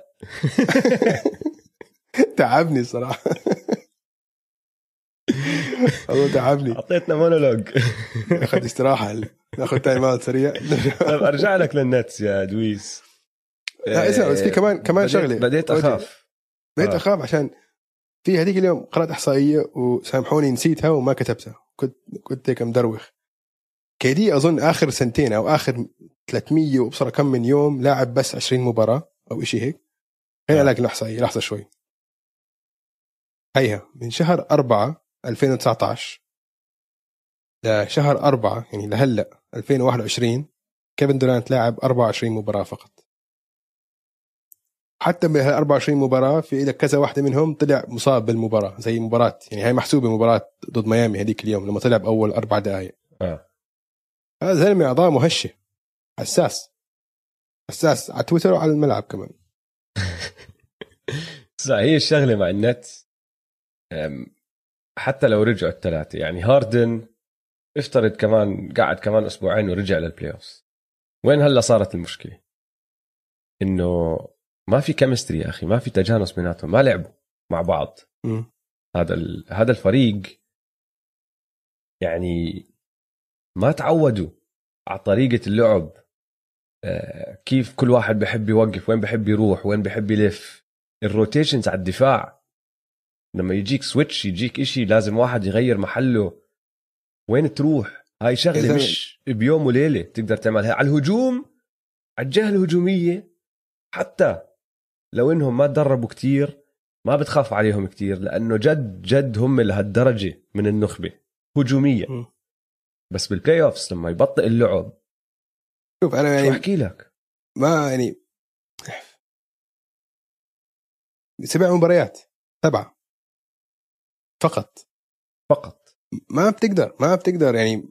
تعبني صراحه. والله تعبني. اعطيتنا مونولوج. ناخذ استراحه هلا، ناخذ تايم اوت سريع. طيب ارجع لك للنتس يا دويس. لا اسمع، بس في كمان كمان بديت شغله بديت اخاف بديت اخاف عشان في هذيك اليوم قرأت إحصائية وسامحوني نسيتها وما كتبتها، كنت كنت هيك مدروخ. كيدي أظن آخر سنتين أو آخر ثلاثمية وبصرة كم من يوم لاعب بس عشرين مباراة أو إشي هيك. هنا لك الإحصائية لحظة شوي. هيها من شهر أربعة ألفين وتسعة عشر لشهر أربعة يعني لهلأ ألفين وواحد وعشرين كيفن دورانت لاعب أربعة وعشرين مباراة فقط. حتى من أربعة وعشرين مباراة في إذا كذا واحدة منهم طلع مصاب بالمباراة، زي مباراة يعني هاي محسوبة مباراة ضد ميامي هذيك اليوم لما طلع بأول أربع دقائق. آه. هذا زلمة أعضاء هشة، حساس حساس على تويتر وعلى الملعب كمان. هي الشغلة مع النت حتى لو رجعوا الثلاثة، يعني هاردن افترض كمان قاعد كمان أسبوعين ورجع للبلاي أوفس، وين هلا صارت المشكلة؟ إنه ما في كيمستري يا أخي، ما في تجانس بيناتهم، ما لعبوا مع بعض. م. هذا هذا الفريق يعني ما تعودوا على طريقة اللعب، كيف كل واحد بيحب يوقف، وين بيحب يروح، وين بيحب يلف، الروتيشنز على الدفاع لما يجيك سويتش يجيك إشي لازم واحد يغير محله، وين تروح؟ هاي شغلة مش بيوم وليلة تقدر تعملها. على الهجوم، على الجهة الهجومية حتى لو إنهم ما تدربوا كتير ما بتخاف عليهم كتير، لأنه جد جد هم لهالدرجة من النخبة هجوميا. م. بس بالبلاي أوفس لما يبطئ اللعب، شوف أنا يعني شو أحكي لك، ما يعني سبع مباريات سبعة فقط فقط ما بتقدر ما بتقدر يعني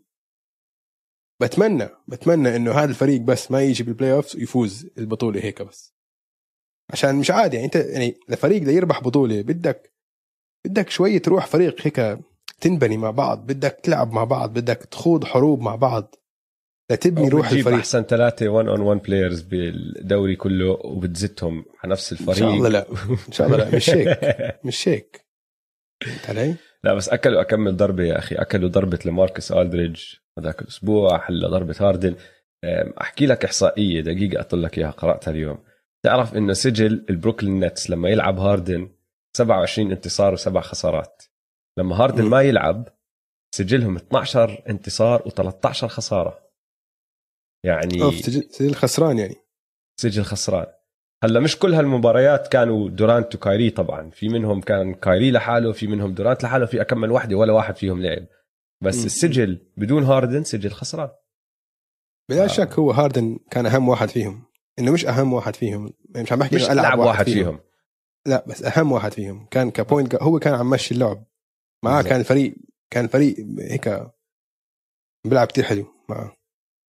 بتمنى بتمنى إنه هذا الفريق بس ما يجي بالبلاي أوفس يفوز البطولة هيك بس، عشان مش عادي يعني. أنت يعني الفريق ده يربح بطولة بدك بدك شوية تروح فريق هيك تنبني مع بعض، بدك تلعب مع بعض، بدك تخوض حروب مع بعض لتبني روح الفريق. أحسن ثلاثة وان اون وان بلايرز بالدوري كله وبتزتهم على نفس الفريق. إن شاء الله لا إن شاء الله لا مش هيك مش هيك علي. لا بس أكلوا أكمل ضربة يا أخي، أكلوا ضربة لماركس ألدريدج هذاك الأسبوع، حل ضربة هاردن. أحكي لك إحصائية دقيقة أطلع لك إياها قرأتها اليوم. تعرف إنه سجل البروكلين نتس لما يلعب هاردن سبعة وعشرين انتصار وسبع خسارات، لما هاردن م. ما يلعب سجلهم اثنا عشر انتصار وثلاثة عشر خسارة. يعني أوف سجل, سجل خسران يعني سجل خسران. هلا مش كل هالمباريات كانوا دورانت وكايري طبعا، في منهم كان كايري لحاله، في منهم دورانت لحاله، في أكمل واحدة ولا واحد فيهم لعب. بس م. السجل بدون هاردن سجل خسران بلا آه. شك هو هاردن كان أهم واحد فيهم، إنه مش أهم واحد فيهم، مش عم بحكي مش ألعب واحد, واحد فيهم. فيهم لا بس أهم واحد فيهم كان كبوينت، هو كان عم مشي اللعب معاه، كان فريق كان فريق هيك بيلعب كتير حلو معاه.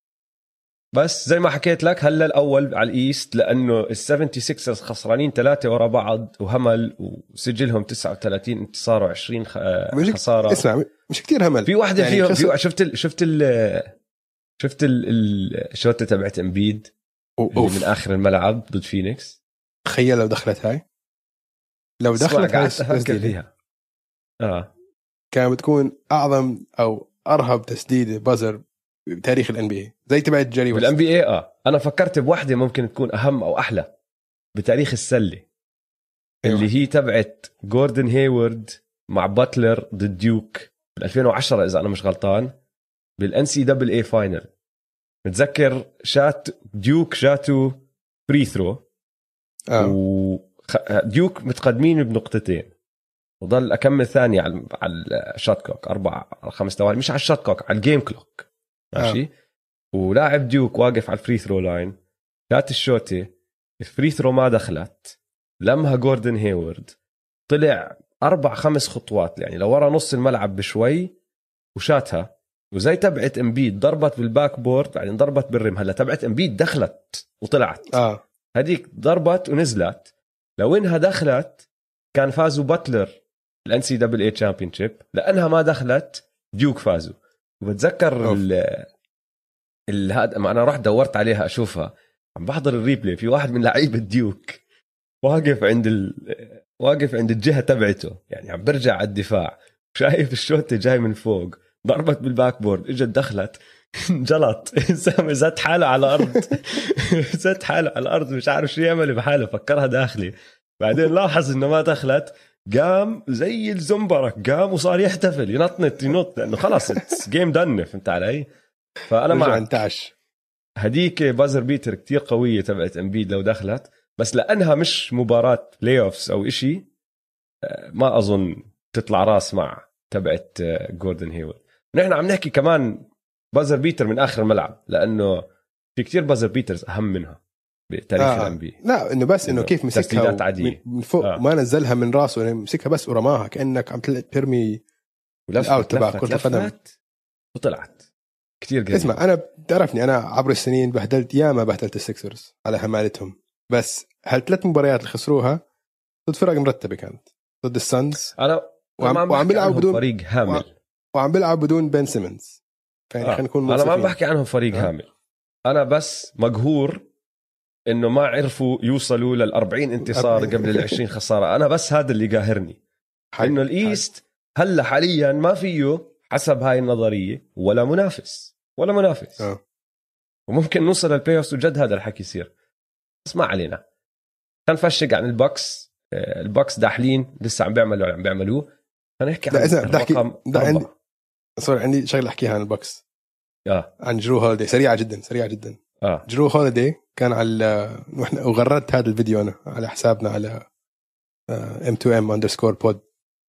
بس زي ما حكيت لك هلا الأول على الإيست، لأنه السفنتي سيكسرز خسرانين ثلاثة ورا بعض وهمل، وسجلهم تسعة وثلاثين انتصار وعشرين خسارة. اسمع مش كتير همل في واحدة يعني فيهم خسر... في شفت ال... شفت ال... شفت ال... الشوطة تبعت امبيد من آخر الملعب ضد فينيكس. تخيل لو دخلت هاي، لو دخلت هاي فيها آه. كانت بتكون أعظم أو أرهب تسديدة بازر بتاريخ الان بي اي، زي تبعت جيري ويست. بالان بي اي اه انا فكرت بوحده ممكن تكون اهم او احلى بتاريخ السله. أيوة. اللي هي تبعت جوردن هيورد مع باتلر ضد ديوك بال ألفين وعشرة اذا انا مش غلطان، بالان سي دبل اي فاينل. متذكر شات ديوك شاتو فري ثرو آه. وديوك متقدمين بنقطتين، وضل اكمل ثانيه على على الشات كلوك اربع خمس ثواني، مش على الشات كلوك على الجيم كلوك ماشي. آه. ولاعب ديوك واقف على الفري ثرو لاين، شات الشوتة الفري ثرو ما دخلت، لمها جوردن هيورد طلع أربع خمس خطوات يعني لورا نص الملعب بشوي وشاتها، وزي تبعت امبيد ضربت بالباك بورد بعدين ضربت بالرم. هلا تبعت امبيد دخلت وطلعت آه. هديك ضربت ونزلت، لو انها دخلت كان فازوا باتلر الان سي دبل اي تشامبيونشيب، لانها ما دخلت ديوك فازوا. وبتذكر ال هذا ما انا رحت دورت عليها اشوفها، عم بحضر الريبلي، في واحد من لعيبه ديوك واقف عند ال... واقف عند الجهه تبعته يعني عم برجع على الدفاع، شايف الشوطه جاي من فوق، ضربت بالباك بورد اجت دخلت جلط زت حاله على الارض زت حاله على الارض مش عارف شو يعمل بحاله، فكرها داخلي. بعدين لاحظ انه ما دخلت، قام زي الزنبرك قام وصار يحتفل ينطنط ينط لانه خلاص جيم دن. فهمت علي؟ فانا مع انتعش هديك بازر بيتر كتير قويه تبعت امبيد لو دخلت، بس لانها مش مباراه بلاي اوفس او إشي ما اظن تطلع راس مع تبعت جوردن هيورد. نحن عم نحكي كمان بازر بيتر من اخر الملعب، لانه في كتير بازر بيترز اهم منها. بتاريخ آه. الان بي. لا انه بس انه كيف مسكها من فوق آه. ما نزلها من راسه يعني مسكها بس ورماها كانك عم ترمي الاوت تبع كرة القدم وطلعت كتير قريب. اسمع انا بتعرفني انا عبر السنين بهدلت ياما بهدلت السكسرز على حمالتهم، بس هالثلاث مباريات اللي خسروها ضد فرق مرتبه كانت ضد السانز انا وعم, وعم بيلعب بدون فريق هامل وعم بيلعب بدون بن سيمنز. آه. خلينا نكون انا ما عم بحكي عنهم فريق آه. هامل، انا بس مقهور انه ما عرفوا يوصلوا للأربعين انتصار قبل العشرين خساره. انا بس هذا اللي قاهرني، انه الايست هلا حاليا ما فيه حسب هاي النظريه ولا منافس ولا منافس أه. وممكن نوصل للبلاي اوف وجد هذا الحكي يصير، بس ما علينا. خلينا عن البوكس. البوكس داحلين لسه عم بيعملوا عم بيعملوه. خلينا نحكي عن الرقم عندي صار عندي شغله احكيها عن البوكس اه عن جرو هوليدي سريعه جدا سريعه جدا اه جرو هوليدي كان على واحنا وغردت هذا الفيديو انا على حسابنا على ام تو ام اندرسكور بود.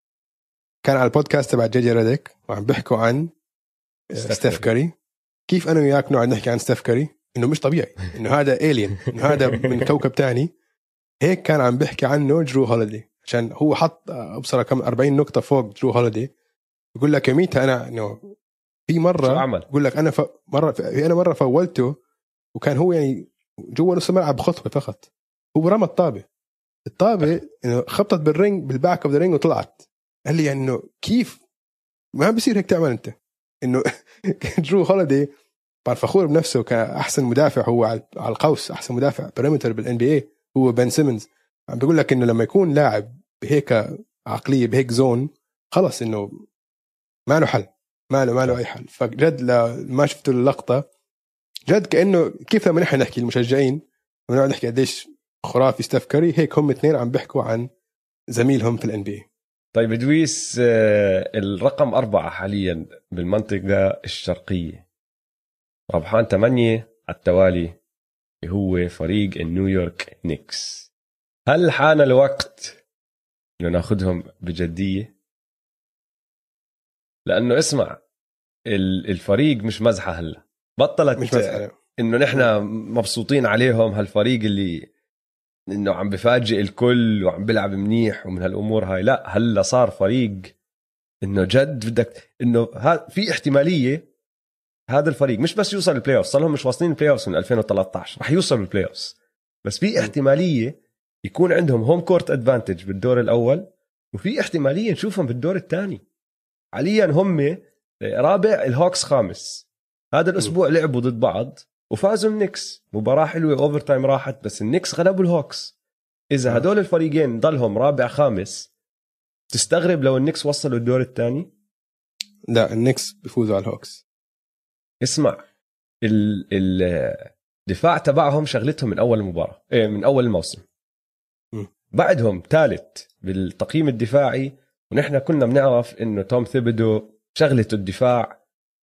كان على البودكاست تبع جي جي ريديك وعم بيحكوا عن ستيف كاري. كيف انا وياك نقعد نحكي عن ستيف كاري انه مش طبيعي، انه هذا الين، انه هذا من كوكب تاني. هيك كان عم بيحكي عنه جرو هوليدي عشان هو حط ابصر كم أربعين نقطه فوق جرو هوليدي. يقول لك يوميتها انا انه في مره يقول لك انا ف... مره ف... انا مره فولته وكان هو يعني جوا نص الملعب بخطوه فقط، هو رمى الطابه الطابه انه خبطت بالرينج بالباك اوف ذا رينج وطلعت. قال لي يعني انه كيف ما بيصير هيك تعمل انت. انه جرو هوليدي بعرف فخور بنفسه كاحسن مدافع، هو على القوس احسن مدافع بريمتر بالان بي اي هو بن سيمنز. عم بيقول لك انه لما يكون لاعب بهيك عقليه بهيك زون خلص انه ما له حل، ما له ما له اي حل. فجد لما شفتوا اللقطه جد كانه كيف لما نحن نحكي المشجعين لما نحكي قديش خرافي ستيف كاري، هيك هم اثنين عم بيحكوا عن زميلهم في الان بي اي. طيب دويس، الرقم أربعة حاليا بالمنطقة الشرقية ربحان ثمانية على التوالي هو فريق النيويورك نيكس. هل حان الوقت إنه ناخدهم بجدية؟ لأنه اسمع الفريق مش مزحة هلا، بطلت مش مزحة إنه نحن مبسوطين عليهم هالفريق اللي إنه عم بفاجئ الكل وعم بيلعب منيح ومن هالأمور هاي. لا هلا صار فريق إنه جد بدك إنه ها في احتمالية هذا الفريق مش بس يوصل البلاي اوف، صار لهم مش واصلين البلاي اوف من ألفين وثلاثة عشر، رح يوصلوا البلاي اوف، بس في احتمالية يكون عندهم هوم كورت ادفانتج بالدور الأول، وفي احتمالية نشوفهم بالدور الثاني. حاليا هم رابع، الهوكس خامس. هذا الأسبوع لعبوا ضد بعض وفازوا النكس مباراة حلوة اوفر تايم راحت، بس النكس غلبوا الهوكس. إذا هدول الفريقين ضلهم رابع خامس تستغرب لو النكس وصلوا الدور الثاني. لا النكس بيفوزوا على الهوكس. اسمع الدفاع تبعهم شغلتهم من أول المباراة إيه من أول الموسم م. بعدهم ثالث بالتقييم الدفاعي، ونحن كنا بنعرف إنه توم ثيبدو شغلته الدفاع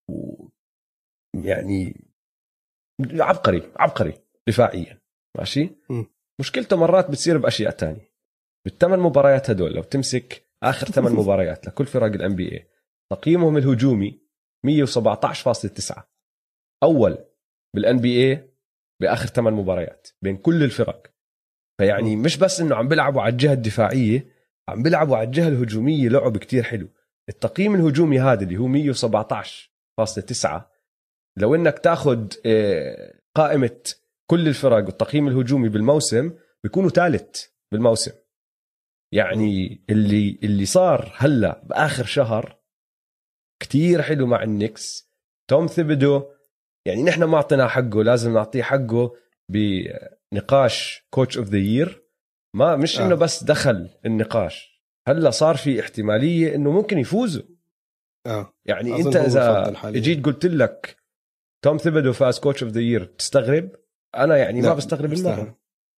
ويعني عبقري عبقري دفاعيا ماشي. م. مشكلته مرات بتصير بأشياء تانية. بالثمان مباريات هدول لو تمسك آخر ثمان مباريات لكل فرق الان بي اي تقييمهم الهجومي مية وسبعة عشر فاصلة تسعة، أول بالان بي اي بآخر ثمان مباريات بين كل الفرق. فيعني مش بس إنه عم بيلعبوا على الجهة الدفاعية، عم بيلعبوا على الجهة الهجومية لعب كتير حلو. التقييم الهجومي هذا اللي هو مية وسبعة عشر فاصلة تسعة، لو إنك تاخد قائمة كل الفرق والتقييم الهجومي بالموسم بيكونوا ثالث بالموسم. يعني اللي اللي صار هلا بآخر شهر كتير حلو مع النكس. توم ثيبدو يعني نحن ما اعطينا حقه، لازم نعطيه حقه بنقاش كوتش اوف ذا يير. ما مش آه. انه بس دخل النقاش، هلا صار في احتماليه انه ممكن يفوزوا. آه. يعني انت اذا جيت قلت لك توم ثيبدو فاز كوتش اوف ذا يير تستغرب؟ انا يعني ما بستغرب بالمره.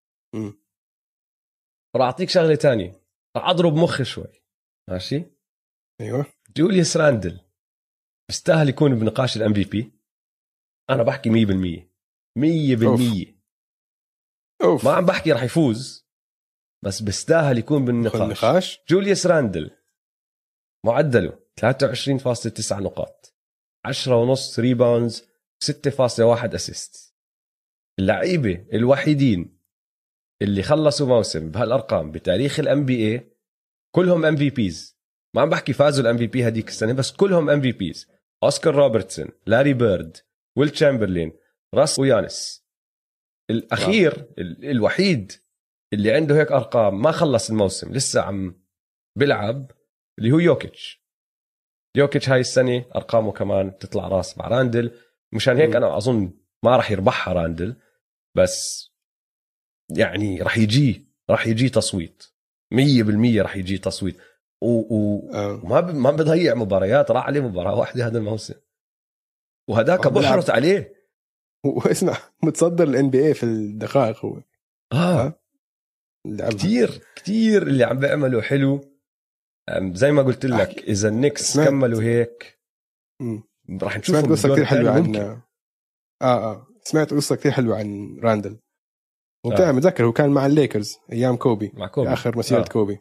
راح اعطيك شغله تانية، راح اضرب مخي شوي ماشي. ايوه جوليوس راندل بيستاهل يكون بنقاش الام في بي. انا بحكي مية بالمية مية بالمية. ما عم بحكي راح يفوز، بس بيستاهل يكون بالنقاش. جوليوس راندل معدله ثلاثة وعشرين فاصلة تسعة نقاط، عشرة ونص ريباوندز، ستة فاصلة واحد اسيست. اللعيبه الوحيدين اللي خلصوا موسم بهالارقام بتاريخ الام بي اي كلهم ام في بيز. ما عم بحكي فازوا الام في بي هديك السنه بس كلهم ام في بيز. اوسكار روبرتسون، لاري بيرد، ويل تشامبرلين، راس ويانس. الاخير آه. الوحيد اللي عنده هيك ارقام ما خلص الموسم لسه عم بلعب اللي هو يوكيتش. يوكيتش هاي السنه ارقامه كمان تطلع راس مع راندل. مشان هيك انا اظن ما راح يربحها راندل، بس يعني راح يجي راح يجي تصويت مية بالمية. راح يجي تصويت و... و... آه. وما ب... ما بضيع مباريات. راح عليه مباراه واحده هذا الموسم وهداك بحرط عليه. واسمع متصدر الان بي اي في الدقائق هو اه, آه؟ كتير كتير اللي عم بيعملوا حلو. زي ما قلت لك اذا النكس كملوا هيك راح نشوف قصه كثير حلوه عن اه اه سمعت قصه كثير حلوه عن راندل وبتاع. آه. متذكر هو كان مع الليكرز ايام كوبي, مع كوبي. اخر مسيره آه. كوبي.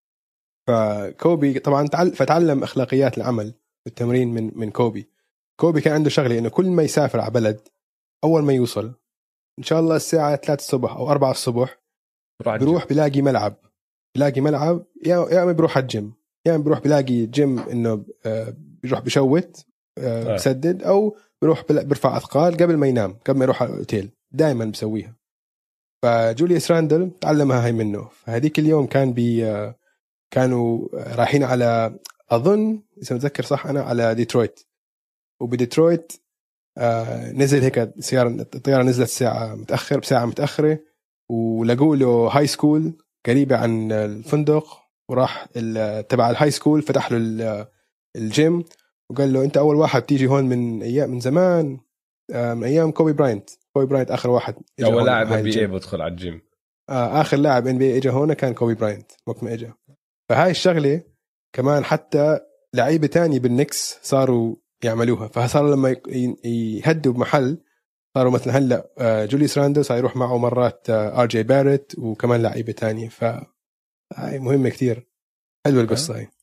فكوبي طبعا تعل... فتعلم اخلاقيات العمل بالتمرين من من كوبي. كوبي كان عنده شغله انه كل ما يسافر على بلد اول ما يوصل ان شاء الله الساعه ثلاثة الصبح او أربعة الصبح بيروح بيلاقي ملعب بيلاقي ملعب يا اما بيروح على الجيم يا اما بيروح بيلاقي جيم انه بيروح بشوت بسدد او بيروح بيرفع اثقال قبل ما ينام قبل ما يروح على الاوتيل. دائما بسويها. فجوليوس راندل تعلمها هاي منه. فهديك اليوم كان بي كانوا رايحين على اظن اذا متذكر صح انا على ديترويت. وبديترويت آه نزل هيك سيارة الطيارة نزلت ساعة متأخر بساعة متأخرة ولقوا له هاي سكول قريبة عن الفندق وراح تبع الهاي سكول فتح له الجيم وقال له أنت أول واحد تيجي هون من أيام من زمان آه من أيام كوبي براينت. كوبي براينت آخر واحد أول لاعب إن بي إيه بدخل على الجيم. آه آخر لاعب إن بي إيه إجا هون كان كوبي براينت وقت ما إجا. فهاي الشغلة كمان حتى لعيبة تاني بالنكس صاروا يعملوها. فصار لما يهدوا بمحل صاروا مثلا هلا جوليوس راندل صار يروح معه مرات ار جي باريت وكمان لعيبه تانية. فهاي مهمه كتير. حلوه القصه هاي.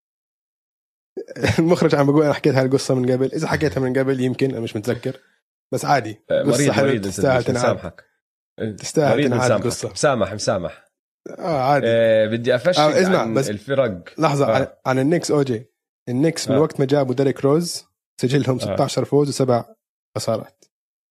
المخرج عم بقول انا حكيت هاي القصه من قبل. اذا حكيتها من قبل يمكن انا مش متذكر بس عادي. قصه حلوه تستاهل تنعاد. تستاهل تنعاد القصه. مسامح مسامح اه عادي. آه بدي افشل آه عن بس الفرق. لحظه آه. عن, عن النكس اوجي. النكس من آه. وقت ما جابوا ديريك روز سجلهم ستة عشر آه. فوز وسبع خسارات.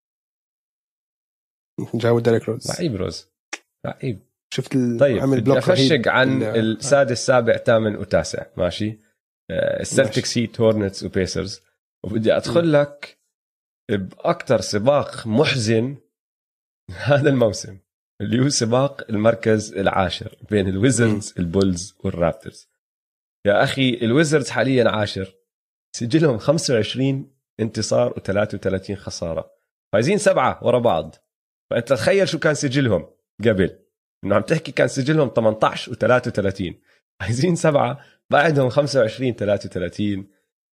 جابوا ديريك روز. لعيب روز لعيب. شفت طيب عمل بلوك افشق عن السادس السابع ثامن وتاسع ماشي. السلتكس هيت هورنتس وبيسرز. وبدي ادخل لك باكثر سباق محزن هذا الموسم اللي هو سباق المركز العاشر بين الويزردز البولز والرابترز. يا أخي الويزردز حاليا عاشر سجلهم خمسة وعشرين انتصار وثلاثة وثلاثين خسارة فايزين سبعة ورا بعض. فأنت تخيل شو كان سجلهم قبل. إنه عم تحكي كان سجلهم ثمانية عشر وثلاثة وثلاثين فايزين سبعة بعدهم خمسة وعشرين ثلاثة وثلاثين.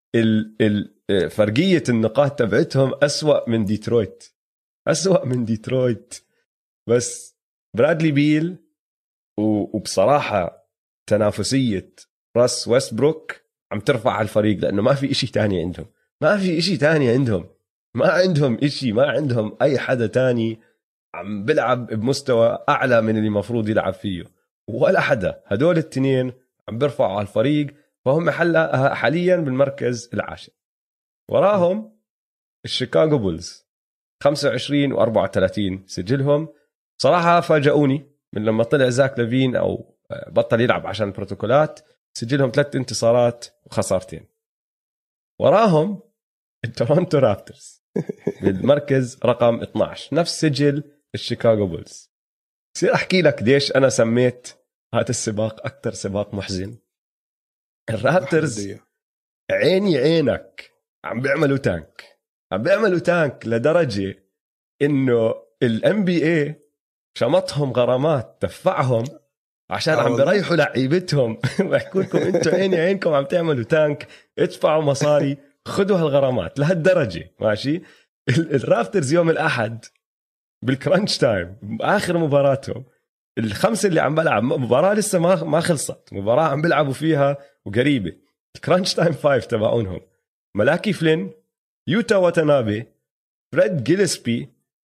فرقية النقاط تبعتهم أسوأ من ديترويت أسوأ من ديترويت. بس برادلي بيل وبصراحة تنافسية راس ويستبروك عم ترفع على الفريق لأنه ما في إشي تاني عندهم. ما في إشي تاني عندهم. ما عندهم إشي. ما عندهم أي حدا تاني عم بلعب بمستوى أعلى من اللي مفروض يلعب فيه ولا حدا. هدول التنين عم برفعوا على الفريق فهم حاليا بالمركز العاشر. وراهم الشيكاغو بولز خمسة وعشرين وأربعة وثلاثين سجلهم. صراحة فاجأوني من لما طلع زاك لافين أو بطل يلعب عشان البروتوكولات. سجلهم ثلاث انتصارات وخسارتين. وراهم التورونتو رابترز بالمركز رقم اثنا عشر نفس سجل الشيكاغو بولز. سير أحكي لك ليش أنا سميت هذا السباق أكتر سباق محزن. الرابترز عيني عينك عم بيعملوا تانك عم بيعملوا تانك لدرجة إنه الام بي اي شمطهم غرامات دفعهم عشان عم بيريحوا لعيبتهم. بحكوا لكم انتوا عيني عينكم عم تعملوا تانك ادفعوا مصاري خذوا هالغرامات لهالدرجة ماشي. الرافترز يوم الأحد بالكرانش تايم آخر مباراتهم الخمسة اللي عم بلعب مباراة لسه ما ما خلصت مباراة عم بيلعبوا فيها وقريبة الكرانش تايم فايف تبعونهم ملاكي فلين يوتا واتنابي فريد جيلسبي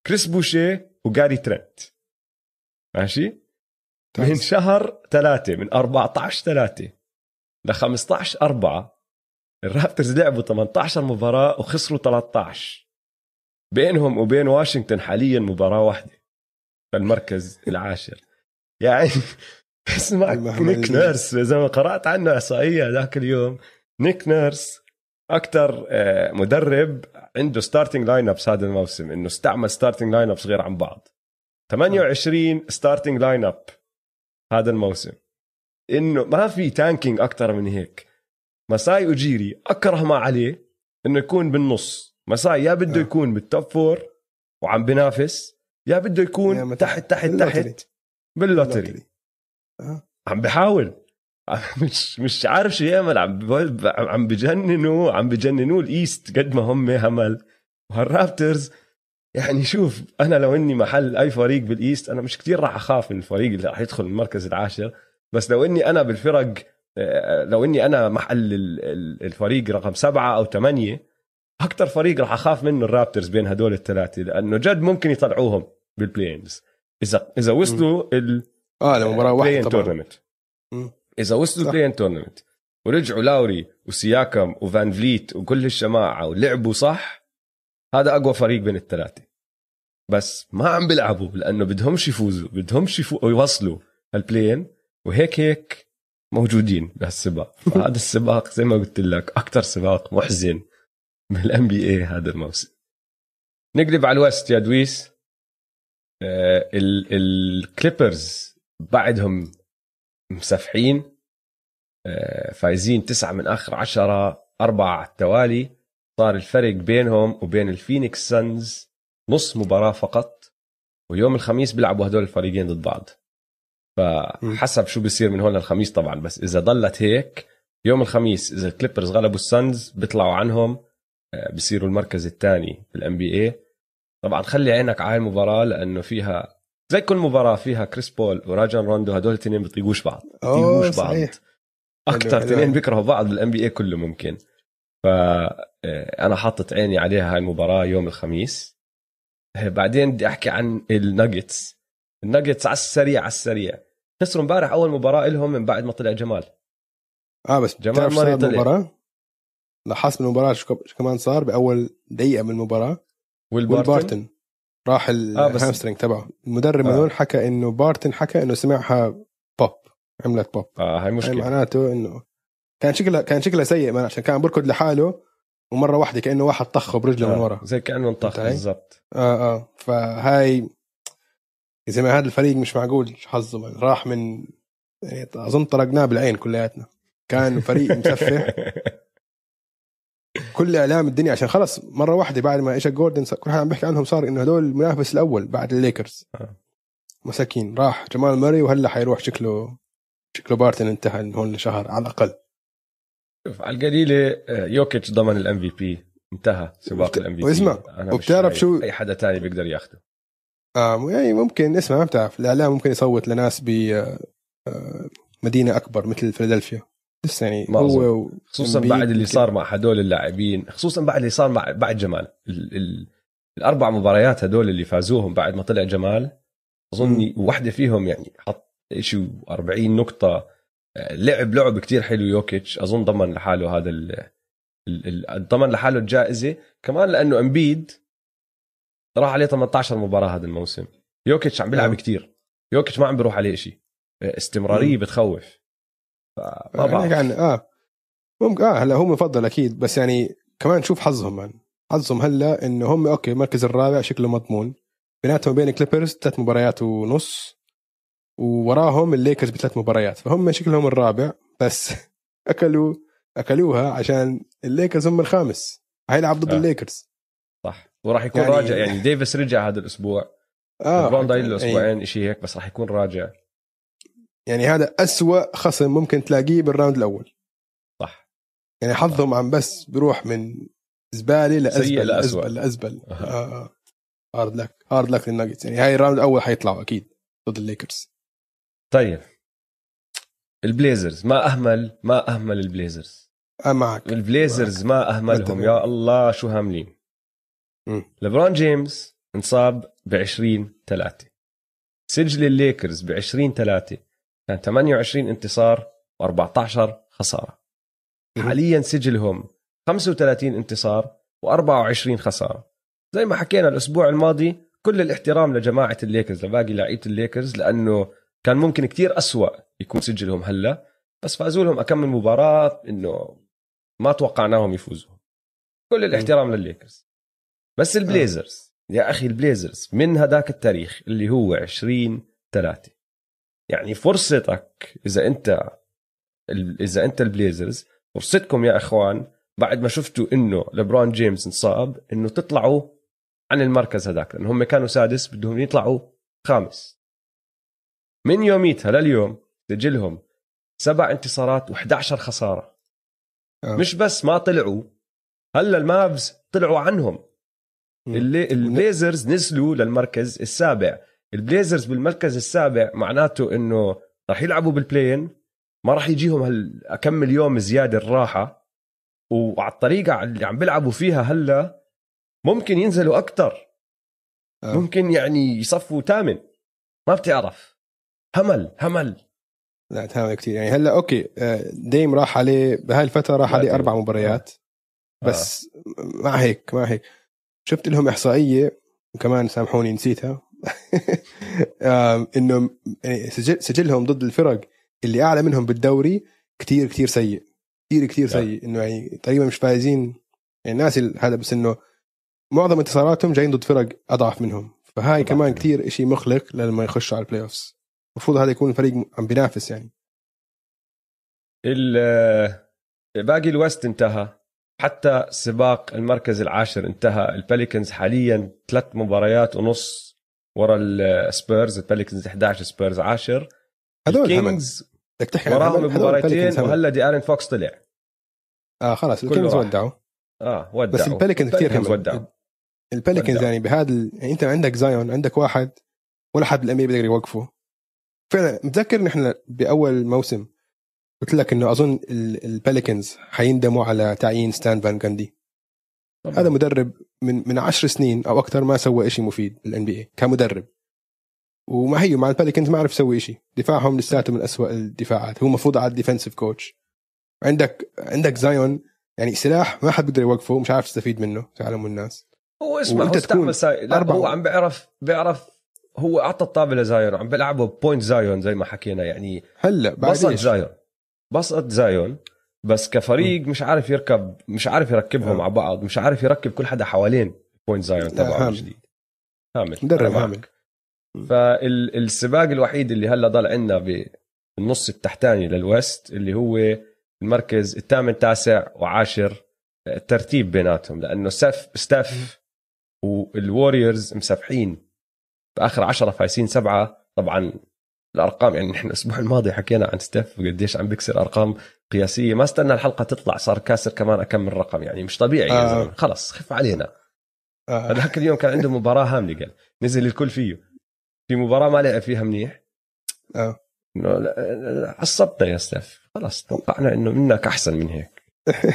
كريس بوشيه وجاري ترينت. ماشي من شهر ثلاثة من أربعة عشر ثلاثة ل خمسة عشر أربعة الرابترز لعبوا ثمانية عشر مباراة وخسروا ثلاثة عشر. بينهم وبين واشنطن حاليا مباراة واحدة في المركز العاشر. يعني اسمع نيك نيرس زي ما قرأت عنه إحصائية ذاك اليوم. نيك نيرس أكتر مدرب عنده ستارتنج لاين أبس هذا الموسم، إنه استعمل ستارتنج لاين أبس غير عن بعض. ثمانية وعشرين ستارتنج لاين أب هذا الموسم. إنه ما في تانكينج أكتر من هيك. مساي وجيري أكره ما عليه إنه يكون بالنص. مساي يا بده يكون بالتوب فور وعم بنافس، يا بده يكون تحت تحت تحت باللوتري. عم بحاول مش مش عارف شو يعمل. عم عم بجننوا عم بجننوا الإيست قد ما هم همل. وهالرابترز يعني شوف، أنا لو إني محل أي فريق بالإيست أنا مش كتير راح أخاف من الفريق اللي راح يدخل المركز العاشر. بس لو إني أنا بالفرق، لو إني أنا محل الفريق رقم سبعة أو ثمانية، أكتر فريق راح أخاف منه الرابترز بين هدول الثلاثة، لأنه جد ممكن يطلعوهم بالبلاينز إذا إذا وصلوا ال آه لمباراة واحدة طبعا. إذا وصلوا البلاين تورنمنت ورجعوا لاوري وسياكم وفان فليت وكل الجماعة ولعبوا صح، هذا أقوى فريق بين الثلاثة. بس ما عم بيلعبوا لأنه بدهمش يفوزوا، بدهمش يفو... يوصلوا البلاين، وهيك هيك موجودين بهالسباق. فهذا السباق زي ما قلت لك أكتر سباق محزن بالان بي اي هذا الموسم. نقلب على الوست يا دويس. آه الكليبرز بعدهم مسفحين، آه فايزين تسعة من آخر عشرة، أربعة على التوالي. صار الفرق بينهم وبين الفينيكس سانز نص مباراة فقط، ويوم الخميس بيلعبوا هدول الفريقين ضد بعض. فحسب شو بيصير من هون للخميس طبعا. بس إذا ضلت هيك يوم الخميس إذا الكليبرز غلبوا السانز بيطلعوا عنهم، بيصيروا المركز الثاني في الام بي اي. طبعا خلي عينك على المباراة لأنه فيها زي كل مباراة فيها كريس بول وراجان روندو، هدول الاثنين بيطيقوش بعض بيطيقوش بعض أكتر اثنين بيكرهوا بعض بالام بي اي كله ممكن. فأنا حاطط عيني عليها هاي المباراة يوم الخميس. بعدين بدي أحكي عن الناجتس. الناجتس على السريع على السريع خسروا امبارح أول مباراة لهم من بعد ما طلع جمال. آه بس جمال مرة طلع المباراة لاحظت من المباراة شو كمان صار بأول دقيقة من المباراة. والبارتن راح الهامسترينج تبعه. المدرب آه. منون حكى إنه بارتن حكى إنه سمعها بوب، عملت بوب. آه هاي مشكلة. معناته إنه كان شكله كان شكله سيء، ما عشان كان بركض لحاله ومرة واحدة كأنه واحد طخه برجله آه. من ورا زي كأنه انطخ بالضبط. آه آه فهاي إذا ما هذا الفريق مش معقول حظه يعني راح من يعني أظن طرقناه بالعين كلياتنا. كان فريق مسفح كل إعلام الدنيا عشان خلص مرة واحدة بعد ما إيش جوردن كل حد عم بيحكي عنهم صار إنه هدول المنافس الأول بعد الليكرز. آه. مساكين راح جمال ماري وهلا حيروح شكله شكله بارتن انتهى من هون لشهر على الأقل. شوف على القليلة يوكيتش ضمن الام في بي، انتهى سباق الام في بي. واسمع وبتعرف شو أي حدا تاني بيقدر ياخده. آه يعني ممكن اسمع ما بتعرف الإعلام ممكن يصوت لناس بمدينة أكبر مثل فيلادلفيا لسه يعني هو خصوصا بعد اللي صار مع هدول اللاعبين، خصوصا بعد اللي صار مع بعد جمال ال ال الأربع مباريات هدول اللي فازوهم بعد ما طلع جمال. أظن واحدة فيهم يعني حط شيء أربعين نقطة، لعب لعب كتير حلو. يوكيتش أظن ضمن لحاله هذا ال ضمن لحاله الجائزة كمان، لأنه أمبيد راح عليه ثمانية عشر مباراة هذا الموسم. يوكيتش عم بيلعب كتير، يوكيتش ما عم بيروح عليه شيء، استمرارية بتخوف. فما بعرف يعني اه ممكن اه هلا هو مفضل اكيد، بس يعني كمان شوف حظهم يعني حظهم هلا انه هم اوكي المركز الرابع شكله مضمون، بيناتهم بين كليبرز ثلاث مباريات ونص، ووراهم الليكرز بثلاث مباريات، فهم شكلهم الرابع بس اكلوا اكلوها عشان الليكرز هم الخامس هيلعب ضد آه. الليكرز صح، وراح يكون يعني راجع يعني ديفيس رجع هذا الاسبوع، اه برون ضايل له اسبوعين يعني شيء هيك، بس راح يكون راجع. يعني هذا أسوأ خصم ممكن تلاقيه بالراوند الأول. صح، يعني حظهم صح. عم بس بروح من زبالة لأزبل لأزبل لأزبل آه. هارد لك هارد لك للناجتس. يعني هاي الراوند الأول حيطلعوا أكيد ضد الليكرز. طيب البليزرز ما أهمل ما أهمل البليزرز آه معك. البليزرز معك. ما أهملهم يا الله شو هاملين. ليبرون جيمس انصاب بعشرين ثلاثة. سجل الليكرز بعشرين ثلاثة كان ثمانية وعشرين انتصار وأربعة عشر خسارة. حاليا سجلهم خمسة وثلاثين انتصار وأربعة وعشرين خسارة. زي ما حكينا الأسبوع الماضي، كل الاحترام لجماعة الليكرز، لباقي لاعيبة الليكرز، لأنه كان ممكن كتير أسوأ يكون سجلهم هلا، بس فازوا لهم أكمل مباراة إنه ما توقعناهم يفوزوا. كل الاحترام للليكرز. بس البليزرز يا أخي، البليزرز من هداك التاريخ اللي هو عشرين ثلاثة، يعني فرصتك إذا أنت إذا أنت البليزرز، فرصتكم يا أخوان بعد ما شفتوا إنه لبرون جيمس انصاب إنه تطلعوا عن المركز هداك، لأن هم كانوا سادس بدهم يطلعوا خامس. من يوميتها لليوم سجلهم سبع انتصارات وإحدى عشرة خسارة. أوه. مش بس ما طلعوا، هلا المافز طلعوا عنهم. اللي البليزرز نزلوا للمركز السابع. البليزرز بالمركز السابع معناته إنه راح يلعبوا بالبلاين، ما راح يجيهم هالأكمل يوم زيادة الراحة، وعلى الطريقة اللي عم بيلعبوا فيها هلا ممكن ينزلوا أكتر. أه. ممكن يعني يصفوا تامن، ما بتعرف. همل همل لا تهاوي كتير يعني. هلا أوكي ديم راح عليه بهاي الفترة، راح عليه أربع مباريات أه. بس أه. مع هيك مع هيك شفت لهم إحصائية وكمان سامحوني نسيتها إنه يعني سجل سجلهم ضد الفرق اللي أعلى منهم بالدوري كتير كتير سيء، كتير كتير سيء. إنه يعني تقريبا مش فايزين يعني الناس هذا، بس إنه معظم انتصاراتهم جايين ضد فرق أضعف منهم. فهاي كمان كتير إشي مخلق لما يخشوا على البلاي أوفس. المفروض هذا يكون الفريق عم بينافس يعني. باقي الوست انتهى، حتى سباق المركز العاشر انتهى. الباليكنز حاليا ثلاث مباريات ونص ورا السبيرز. الباليكنز إحدى عشر، سبيرز عشر. الكينجز وراهم مباراتين، وهلا دي آرين فوكس طلع. اه خلاص الكينجز ودعوا. اه ودعوا. بس الباليكنز كتير هم الباليكنز يعني بهذا يعني انت عندك زايون، عندك واحد ولا حد بالأمير بيقدر يوقفه فعلا. متذكر نحن بأول موسم قلت لك انه اظن الباليكنز حيندموا على تعيين ستان فان غاندي. هذا مدرب من من عشر سنين او اكثر ما سوى إشي مفيد بالان بي اي كمدرب، وما هي مع الباليكنز ما عرف يسوي إشي. دفاعهم لساته من أسوأ الدفاعات، هو مفروض على الديفنسيف كوتش. عندك عندك زايون يعني سلاح ما حد بيقدر يوقفه، مش عارف يستفيد منه تعلموا الناس. هو اسمه هو استعمل ساي... لا هو عم بيعرف بيعرف هو أعطى الطابة لزايون، عم بيلعبه بوينت زايون زي ما حكينا يعني. هلا بسط زايون بسط زايون بس كفريق م. مش عارف يركب، مش عارف يركبهم مع بعض، مش عارف يركب كل حدا حوالين بوينت زايون تبعه جديد. هامل مدرب هامل. فالسباق الوحيد اللي هلا ضل عندنا بالنص التحتاني للوست اللي هو المركز الثامن تاسع وعاشر الترتيب بيناتهم، لأنه سف ستاف والواريورز مسافحين بآخر عشرة فايسين سبعة. طبعا الأرقام يعني نحن الأسبوع الماضي حكينا عن ستاف وقديش عم بيكسر أرقام قياسية، ما استنى الحلقة تطلع صار كاسر كمان أكمل رقم، يعني مش طبيعي آه. يا زلمة خلص خف علينا. هذاك آه. اليوم كان عنده مباراة هاملة، قال نزل الكل فيه في مباراة ما لعب فيها منيح. اه عصبنا يا ستاف، خلاص توقعنا إنه منك أحسن من هيك.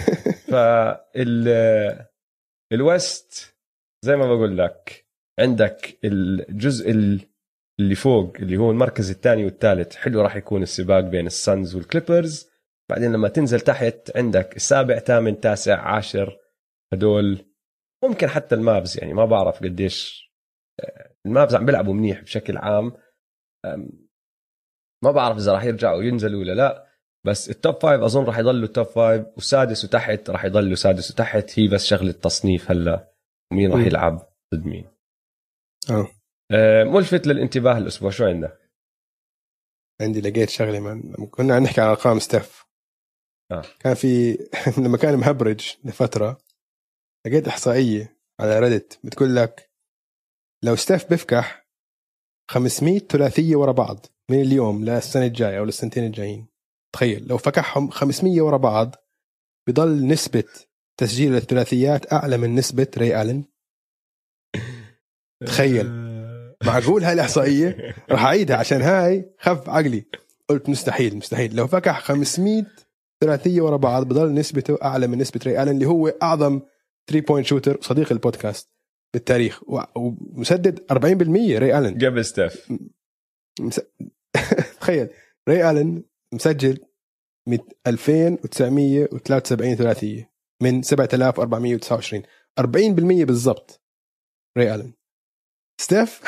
فال الوست زي ما بقول لك عندك الجزء اللي فوق اللي هو المركز الثاني والثالث حلو، راح يكون السباق بين السانز والكليبرز. بعدين لما تنزل تحت عندك السابع ثامن تاسع عاشر، هدول ممكن حتى المابز يعني ما بعرف قديش المابز عم بيلعبوا منيح بشكل عام، ما بعرف إذا راح يرجعوا ينزلوا ولا لا. بس التوب فايف أظن راح يضلوا التوب فايف، والسادس وتحت راح يضلوا سادس وتحت. هي بس شغلة تصنيف هلا ومين راح يلعب ضد مين. اه ملفت للانتباه الأسبوع. شو عندك؟ عندي لقيت شغلة من كنا عم نحكي عن أرقام ستيف. آه. كان في لما كان مهبرج لفترة لقيت إحصائية على ريدت بتقول لك لو ستيف بفكح خمسمية ثلاثية ورا بعض من اليوم للسنة الجاية أو للسنتين الجايين، تخيل لو فكحهم خمسمية ورا بعض بضل نسبة تسجيل الثلاثيات أعلى من نسبة ري آلن. تخيل معقول هاي الإحصائية؟ راح أعيدها عشان هاي خف عقلي. قلت مستحيل مستحيل لو فكح خمسمية ثلاثية ورا بعض بضل نسبته أعلى من نسبة ري آلن اللي هو أعظم ثري بوينت شوتر صديق البودكاست بالتاريخ ومسدد أربعين بالمية. ري ألن قبل ستيف مس... تخيل ري ألن مسجل ألفين وتسعمية وثلاثة وسبعين ثلاثية من سبعة آلاف وأربعمية وتسعة وعشرين، أربعين بالمية بالضبط. ري ألن ستيف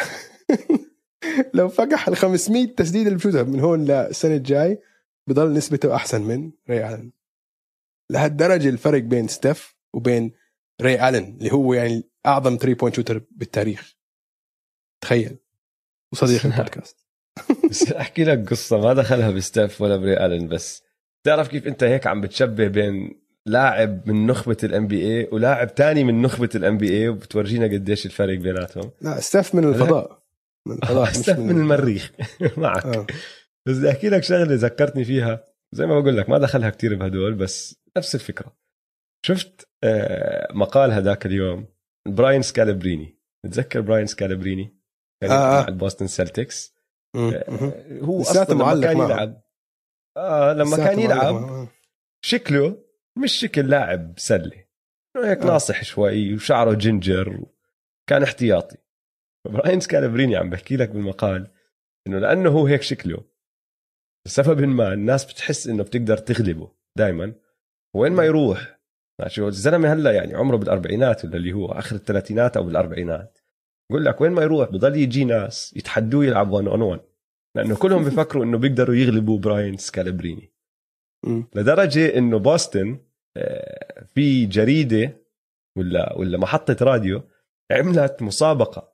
لو فقح ال خمسمية تسديد اللي بشوتها من هون للسنة الجاي بضل نسبته أحسن من ري ألن. لهالدرجة الفرق بين ستيف وبين ري ألن اللي هو يعني أعظم ثري بوينت شوتر بالتاريخ. تخيل. وصديق البودكاست. بس أحكي لك قصة ما دخلها بستيف ولا بري ألن، بس تعرف كيف أنت هيك عم بتشبه بين لاعب من نخبة الام بي اي ولاعب تاني من نخبة الام بي اي وبتورجينا قديش الفرق بيناتهم. لا ستيف من الفضاء، من الفضاء ستيف من, من المريخ معك. آه. بس بدي أحكي لك شغلة ذكرتني فيها، زي ما بقول لك ما دخلها كتير بهدول بس نفس الفكرة. شفت مقال هداك اليوم براين سكالبريني، تتذكر براين سكالبريني كان آه. مع البوستن سيلتكس. هو أصلا لما كان يلعب آه لما كان يلعب شكله مش شكل لاعب سلة، هيك آه. ناصح شوي وشعره جينجر، كان احتياطي. براين سكالبريني عم بحكي لك بالمقال إنه لأنه هو هيك شكله لسبب ما الناس بتحس إنه بتقدر تغلبه دايما وين ما يروح. شو الزلمة هلا يعني عمره بالأربعينات ولا اللي هو آخر الثلاثينات أو بالأربعينات، يقول لك وين ما يروح بضل يجي ناس يتحدوه يلعب وان اون وان، لأنه كلهم بيفكروا إنه بيقدروا يغلبوا براين سكالبريني. لدرجة إنه بوسطن في جريدة ولا ولا محطة راديو عملت مسابقة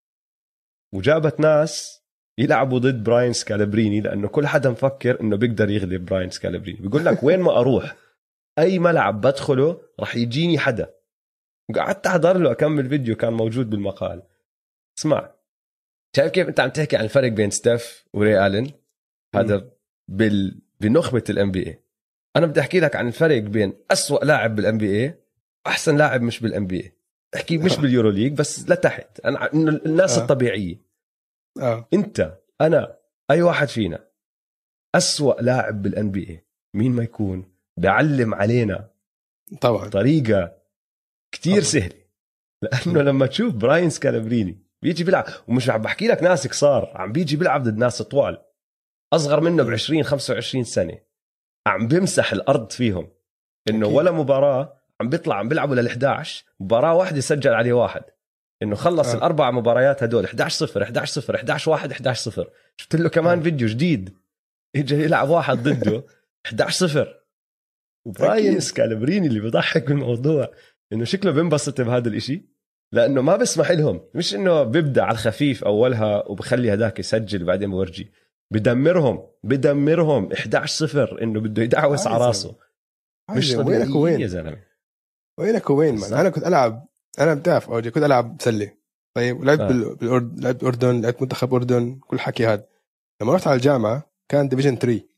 وجابت ناس يلعبوا ضد براين سكالبريني، لأنه كل حدا مفكر إنه بيقدر يغلب براين سكالبريني. بيقول لك وين ما أروح أي ملعب بدخله رح يجيني حدا. وقعدت أحضر له أكمل فيديو كان موجود بالمقال. اسمع، شايف كيف أنت عم تحكي عن الفرق بين ستيف وري ألن؟ هذا بال... بنخبة الام بي اي. أنا بدي أحكي لك عن الفرق بين أسوأ لاعب بالام بي اي وأحسن لاعب مش بالام بي اي. أحكي مش باليورو ليج بس لتحت، أنا الناس الطبيعية. آه. أنت أنا أي واحد فينا أسوأ لاعب بالان بي اي مين ما يكون بيعلم علينا طبعا طريقة كتير سهلة، لأنه لما تشوف براين سكالبريني بيجي بيلعب، ومش عم بحكي لك ناس كصار، عم بيجي بيلعب ضد ناس طوال أصغر منه بعشرين خمسة وعشرين سنة، عم بيمسح الأرض فيهم. إنه أكيد. ولا مباراة عم بيطلع عم بيلعبوا للحداش، مباراة واحدة سجل عليه واحد، إنه خلص آه. الأربع مباريات هدول إحداش صفر إحداش صفر إحداش واحد إحداش صفر. شفت له كمان آه. فيديو جديد يجي يلعب واحد ضده إحداش صفر. وبراين سكالبريني اللي بيضحك بالموضوع إنه شكله بينبسط بهذا الإشي، لأنه ما بسمح لهم، مش إنه بيبدأ على الخفيف أولها وبخلي هداك يسجل وبعدين بورجي، بدمرهم بدمرهم إحداش صفر، إنه بده يدعوس على راسه. مش وينك وين يا زلمة، وينك وين من. أنا كنت ألعب، أنا بتعرف أوجي كنت ألعب سلة طيب، ولعبت آه. بالأردن، لعبت بالأردن، لعبت منتخب أردن، كل حكي هذا. لما رحت على الجامعة كان ديفيجن ثري.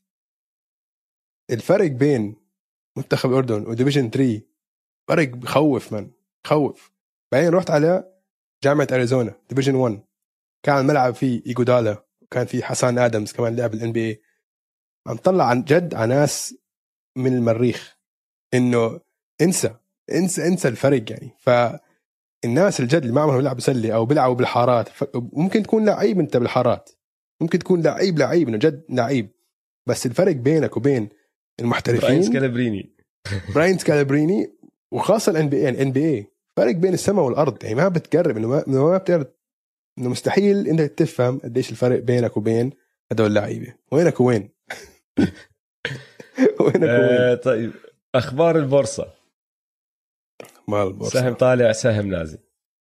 الفرق بين منتخب الأردن وديفيجن ثري فرق بخوف من خوف. بعدين رحت على جامعة أريزونا ديفيجن ون، كان الملعب فيه إيجودالا، كان فيه حسان آدمز كمان لعب الان بي اي. عم طلع عن جد على ناس من المريخ، إنه انسى انسى انسى الفرق يعني. فالناس الجد اللي ما عمرهم يلعبوا سلة أو بيلعبوا بالحارات، ممكن تكون لعيب أنت بالحارات، ممكن تكون لعيب لعيب إنه جد لعيب، بس الفرق بينك وبين المحترفين براين سكالبريني براين سكالبريني وخاصة الان بي اي الان بي اي فرق بين السماء والارض يعني. ما بتقرب انه ما, ما بتعرف، انه مستحيل انك تفهم قديش الفرق بينك وبين هدول اللعيبه. وينك وين وينك آه وين. طيب اخبار البورصه، مال البورصه سهم طالع سهم نازل.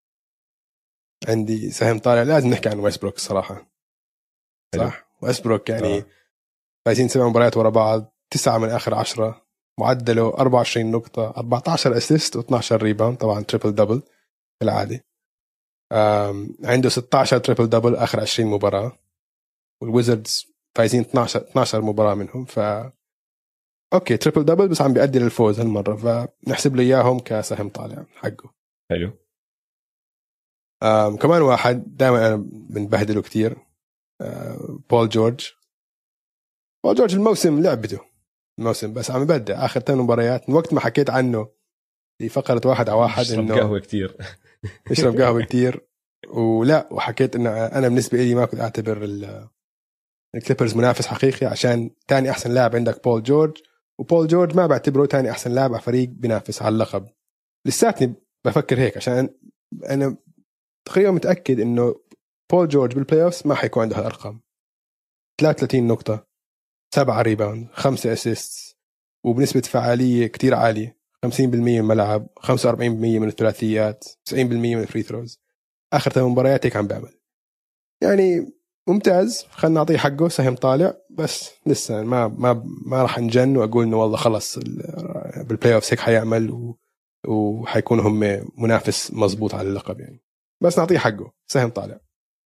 عندي سهم طالع. لازم نحكي عن ويستبروك الصراحه، صح؟ ويستبروك يعني آه. فايزين سبع مباريات ورا بعض، تسعة من آخر عشرة، معدله أربعة وعشرين نقطة، أربعة عشر أسيست و12 ريباوند، طبعا تريبل دبل كالعادة. عنده ستة عشر تريبل دبل آخر عشرين مباراة، والويزردز فايزين اثناشر اثناشر مباراة منهم. ف أوكي تريبل دبل بس عم بيأدي للفوز هالمرة، فنحسب له إياهم كسهم طالع حقه. حلو. كمان واحد دائما أنا بنبهدله كتير، بول جورج. بول جورج الموسم لعبته الموسم بس عم يبدأ آخر ثمان مباريات. من وقت ما حكيت عنه في فقرة واحد على واحد إنه قهوة كتير يشرب قهوة كتير. ولا وحكيت إن أنا بالنسبة لي ما كنت أعتبر الكليبرز منافس حقيقي، عشان تاني أحسن لاعب عندك بول جورج، وبول جورج ما بعتبره تاني أحسن لاعب على فريق بينافس على اللقب. لساتني بفكر هيك، عشان أنا تقريبا متأكد إنه بول جورج بالبلاي أوفس ما حيكون عنده هالأرقام. ثلاثة وثلاثين نقطة، سبعة ريباوند، خمسة أسيست، وبنسبة فعالية كتير عالية، خمسين بالمية من الملعب، خمسة وأربعين بالمية من الثلاثيات، تسعين بالمية من الفري ثروز. آخر ثمان مباريات هيك عم بعمل، يعني ممتاز. خلنا نعطيه حقه، سهم طالع، بس لسه ما ما ما راح نجن وأقول إنه والله خلص بالبلاي أوفس هيك حيعمل و وحيكون هم منافس مزبوط على اللقب يعني. بس نعطيه حقه، سهم طالع.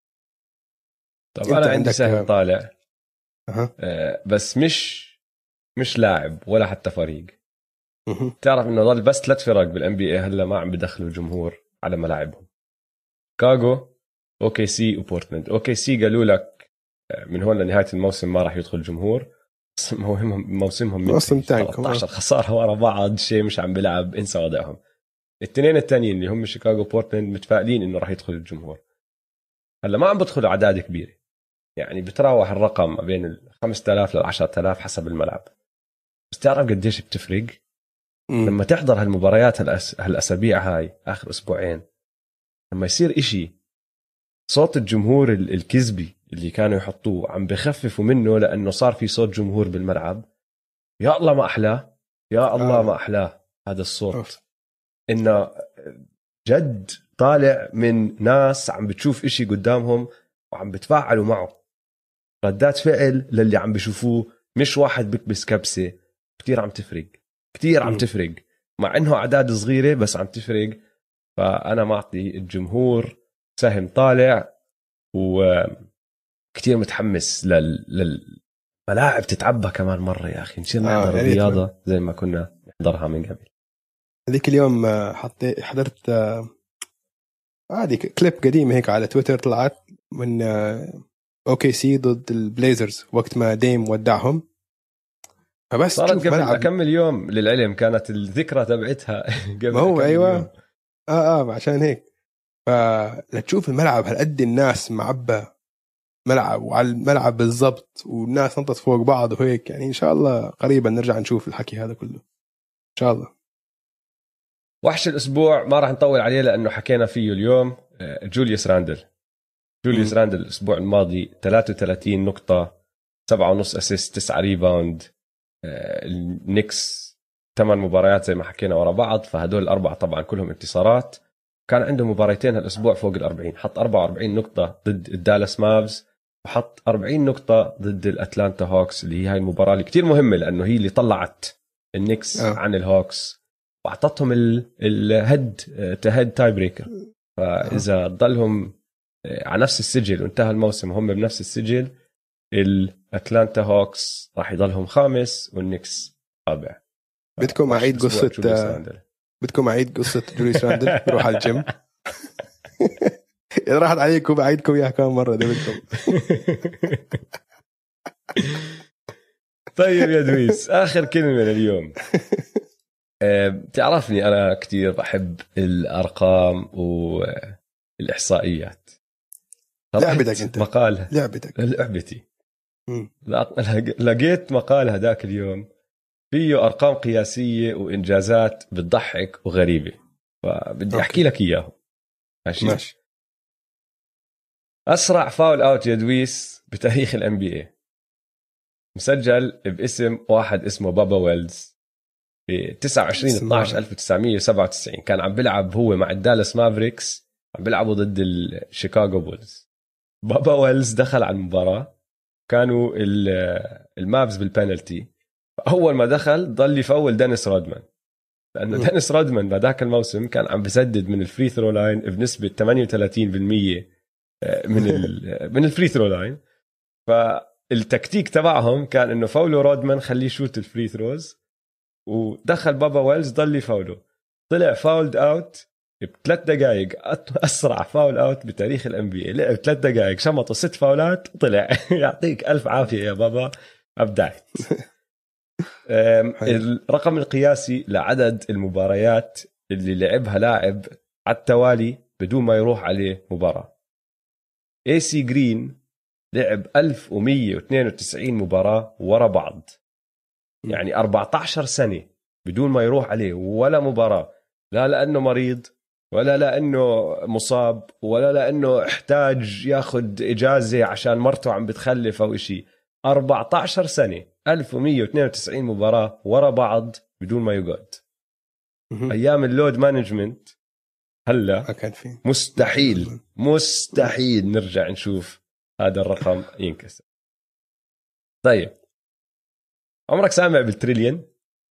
طب أنا عندي سهم طالع أه. أه بس مش مش لاعب ولا حتى فريق. أه. تعرف إنه ضل بس ثلاث فرق بالان بي اي هلا ما عم بدخلوا الجمهور على ملاعبهم: شيكاغو، اوكي سي، وبورتلاند. اوكي سي قالوا لك من هون لنهاية الموسم ما راح يدخل الجمهور، موسمهم موسمهم موسم ثلاثة عشر خسارة ورا بعض، شيء مش عم بلعب، انسى وضعهم. الاثنين التانيين اللي هم شيكاغو وبورتلاند متفائلين انه راح يدخل الجمهور. هلا ما عم بدخلوا اعداد كبيره، يعني بتراوح الرقم ما بين ال خمسة آلاف لل عشرة آلاف حسب الملعب. بس تعرف قديش بتفرق مم. لما تحضر هالمباريات هالأس... هالاسابيع هاي اخر اسبوعين، لما يصير إشي صوت الجمهور الكذبي اللي كانوا يحطوه عم بخففوا منه لانه صار في صوت جمهور بالملعب. يا الله ما احلاه، يا الله آه. ما احلاه هذا الصوت. أوف. انه جد طالع من ناس عم بتشوف إشي قدامهم وعم بتفاعلوا معه، ردات فعل للي عم بيشوفوه، مش واحد بكبس كبسة. كتير عم تفرق، كتير عم م. تفرق، مع انه اعداد صغيرة بس عم تفرق. فانا معطي الجمهور سهم طالع، وكتير متحمس لل... للملاعب تتعبى كمان مرة يا اخي، نصير نحضر آه الرياضة زي ما كنا نحضرها من قبل. هذيك اليوم حطيت حضرت عادي كليب قديم هيك على تويتر، طلعت من اوكي سي ضد البليزرز وقت ما ديم ودعهم. فبس صارت قبل ملعب... كم يوم للعلم كانت الذكرى تبعتها قبل ما هو ايوه يوم. اه اه عشان هيك. فلتشوف الملعب هالقد الناس معبى ملعب، وعلى الملعب بالضبط، والناس نطت فوق بعض وهيك، يعني ان شاء الله قريبا نرجع نشوف الحكي هذا كله ان شاء الله. وحش الأسبوع ما راح نطول عليه لأنه حكينا فيه اليوم، جوليوس راندل. جوليوس م. راندل الأسبوع الماضي ثلاثة وثلاثين نقطة، سبعة ونص أسيست، تسعة ريباوند. النكس ثمان مباريات زي ما حكينا ورا بعض، فهدول الأربعة طبعا كلهم انتصارات. كان عنده مباريتين هالأسبوع فوق الأربعين، حط أربعة وأربعين نقطة ضد الدالاس مافز، وحط أربعين نقطة ضد الأتلانتا هوكس، اللي هي هاي المباراة اللي كتير مهمة لأنه هي اللي طلعت النكس أه. عن الهوكس واعطتهم الهيد تهيد تاي بريكر. فاذا ضلهم على نفس السجل وانتهى الموسم هم بنفس السجل، الاتلانتا هوكس راح يضلهم خامس والنكس رابع. بدكم اعيد قصه بدكم اعيد قصه جوليوس راندل بروح على الجيم. اذا راحت عليكم بعيدكم اياها كم مره ده بدكم. طيب يا دويس، اخر كلمه لليوم. بتعرفني أنا كتير بحب الأرقام والإحصائيات. لعبتك أنت. مقال لعبتك لعبتي. لقيت مقال هداك اليوم فيه أرقام قياسية وإنجازات بتضحك وغريبة، فبدي أحكي لك إياه. ماشي. ماشي. أسرع فاول أوت يا دويس بتاريخ الام بي اي مسجل باسم واحد اسمه بابا ويلز في تسعة وعشرين اثناشر ألف وتسعمية وسبعة وتسعين. كان عم بلعب هو مع الدالاس مافريكس، عم بلعبوا ضد الشيكاغو بولز. بابا ويلز دخل على المباراة، كانوا المافز بالبنالتي. أول ما دخل ضل يفول دينيس رودمان، لأنه دينيس رودمان بذاك الموسم كان عم بسدد من الفري ثرو لاين بنسبة ثمانية وثلاثين بالمية من من الفري ثرو لاين. فالتكتيك تبعهم كان إنه فولوا رودمان خليه يشوت الفري ثروز، ودخل بابا ويلز ضل يفاوله. طلع فاولد اوت بثلاث دقائق، اسرع فاول اوت بتاريخ الام بي اي. لعب ثلاث دقائق شمطوا ست فاولات وطلع. يعطيك الف عافيه يا بابا، ابدعت. الرقم القياسي لعدد المباريات اللي لعبها لاعب على التوالي بدون ما يروح عليه مباراة. اي سي جرين لعب ألف ومية واثنين وتسعين مباراة ورا بعض، يعني أربعة عشر سنة بدون ما يروح عليه ولا مباراة، لا لأنه مريض ولا لأنه مصاب ولا لأنه احتاج ياخد إجازة عشان مرته عم بتخلف أو إشي. أربعة عشر سنة ألف ومية واثنين وتسعين مباراة ورا بعض بدون ما يقعد. أيام اللود مانجمنت هلا مستحيل مستحيل نرجع نشوف هذا الرقم ينكسر. طيب عمرك سامع بالتريليون؟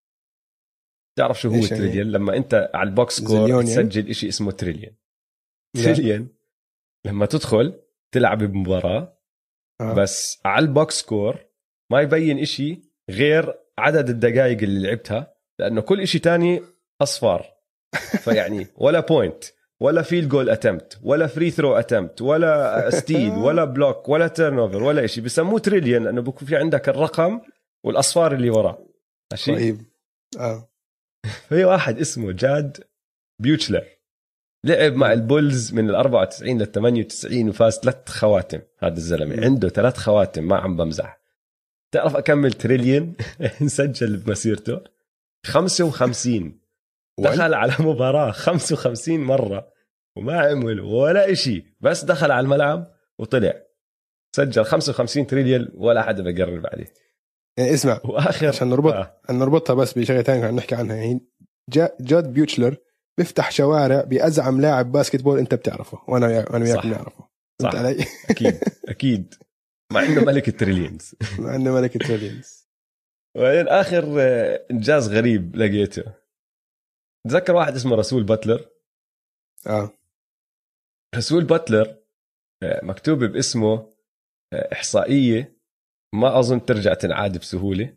تعرف شو هو التريليون؟ يعني لما انت على البوكس سكور تسجل اشي اسمه تريليون. تريليون لما تدخل تلعب بمباراة آه. بس على البوكس سكور ما يبين اشي غير عدد الدقائق اللي لعبتها، لانه كل اشي تاني اصفار. فيعني ولا بوينت ولا فيل جول اتمت ولا فري ثرو اتمت ولا ستيل ولا بلوك ولا تيرن اوفر ولا اشي. بسموه تريليون لانه بكون في عندك الرقم والاصفار اللي وراه. ماشي. طيب اه في واحد اسمه جاد بيوتشلر لعب مع البولز من الأربعة وتسعين للثمانية وتسعين وفاز ثلاث خواتم. هذا الزلمة عنده ثلاث خواتم، ما عم بمزح. تعرف أكمل تريليون نسجل بمسيرته خمسة وخمسين. دخل على مباراة خمسة وخمسين مرة وما عمل ولا إشي، بس دخل على الملعب وطلع سجل خمسة وخمسين تريليون ولا حدا بقرب عليه. يعني اسمع واخر عشان نربط آه. نربطها بس بشغله ثانيه نحكي عنها. يعني جاد بيوتشلر بيفتح شوارع بأزعم لاعب باسكتبول انت بتعرفه وانا وانا وياك بنعرفه. انت علي اكيد اكيد مع انه ملك التريليونز مع انه ملك التريليونز. وبعدين اخر انجاز غريب لقيته، تذكر واحد اسمه رسول باتلر. اه رسول باتلر مكتوب باسمه احصائيه ما أظن ترجع تنعاد بسهولة.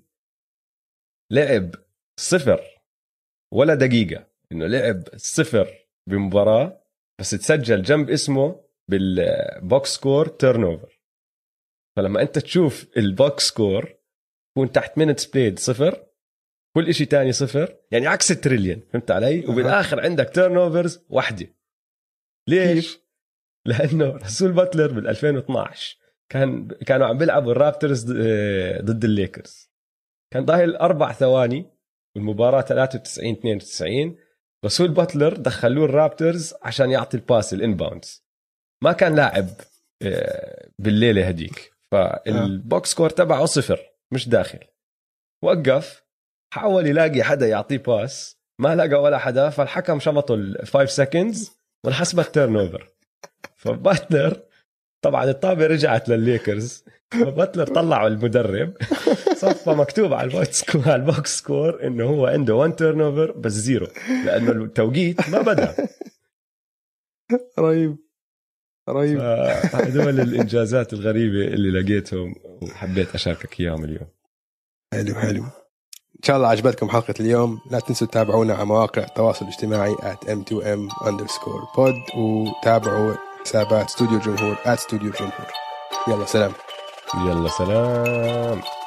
لعب صفر ولا دقيقة، إنه لعب صفر بمباراة، بس تسجل جنب اسمه بالبوكس سكور تيرن اوفر. فلما أنت تشوف البوكس سكور يكون تحت مينتس بلايد صفر، كل إشي تاني صفر، يعني عكس التريليون. فهمت علي؟ وبالآخر عندك تيرن اوفرز واحدة. ليش؟ لأنه رسول باتلر بال ألفين واثناشر كان كانوا عم بيلعبوا الرابترز ضد الليكرز، كان ضايل أربع ثواني والمباراة ثلاثة وتسعين اثنين وتسعين. رسول باتلر دخلوه الرابترز عشان يعطي الباس الانباوندز، ما كان لاعب بالليلة هديك، فالبوكس سكور تبعه صفر مش داخل. وقف حاول يلاقي حدا يعطيه باس، ما لقى ولا حدا، فالحكم شمطه الفايف سكندز والحسبة تيرن اوفر. فباتلر طبعا الطابة رجعت للليكرز، فباتلر طلعوا المدرب صفى مكتوب على البوكس سكور على البوكس سكور انه هو عنده وان تيرن اوفر بس زيرو، لانه التوقيت ما بدا. رهيب رهيب. هذول الانجازات الغريبة اللي لقيتهم وحبيت اشاركك اياهم اليوم. حلو حلو. ان شاء الله عجبتكم حلقة اليوم. لا تنسوا تتابعونا على مواقع التواصل الاجتماعي at ام تو ام underscore pod وتابعوا حسابات استوديو الجمهور at استوديو الجمهور. يلا سلام. يلا سلام.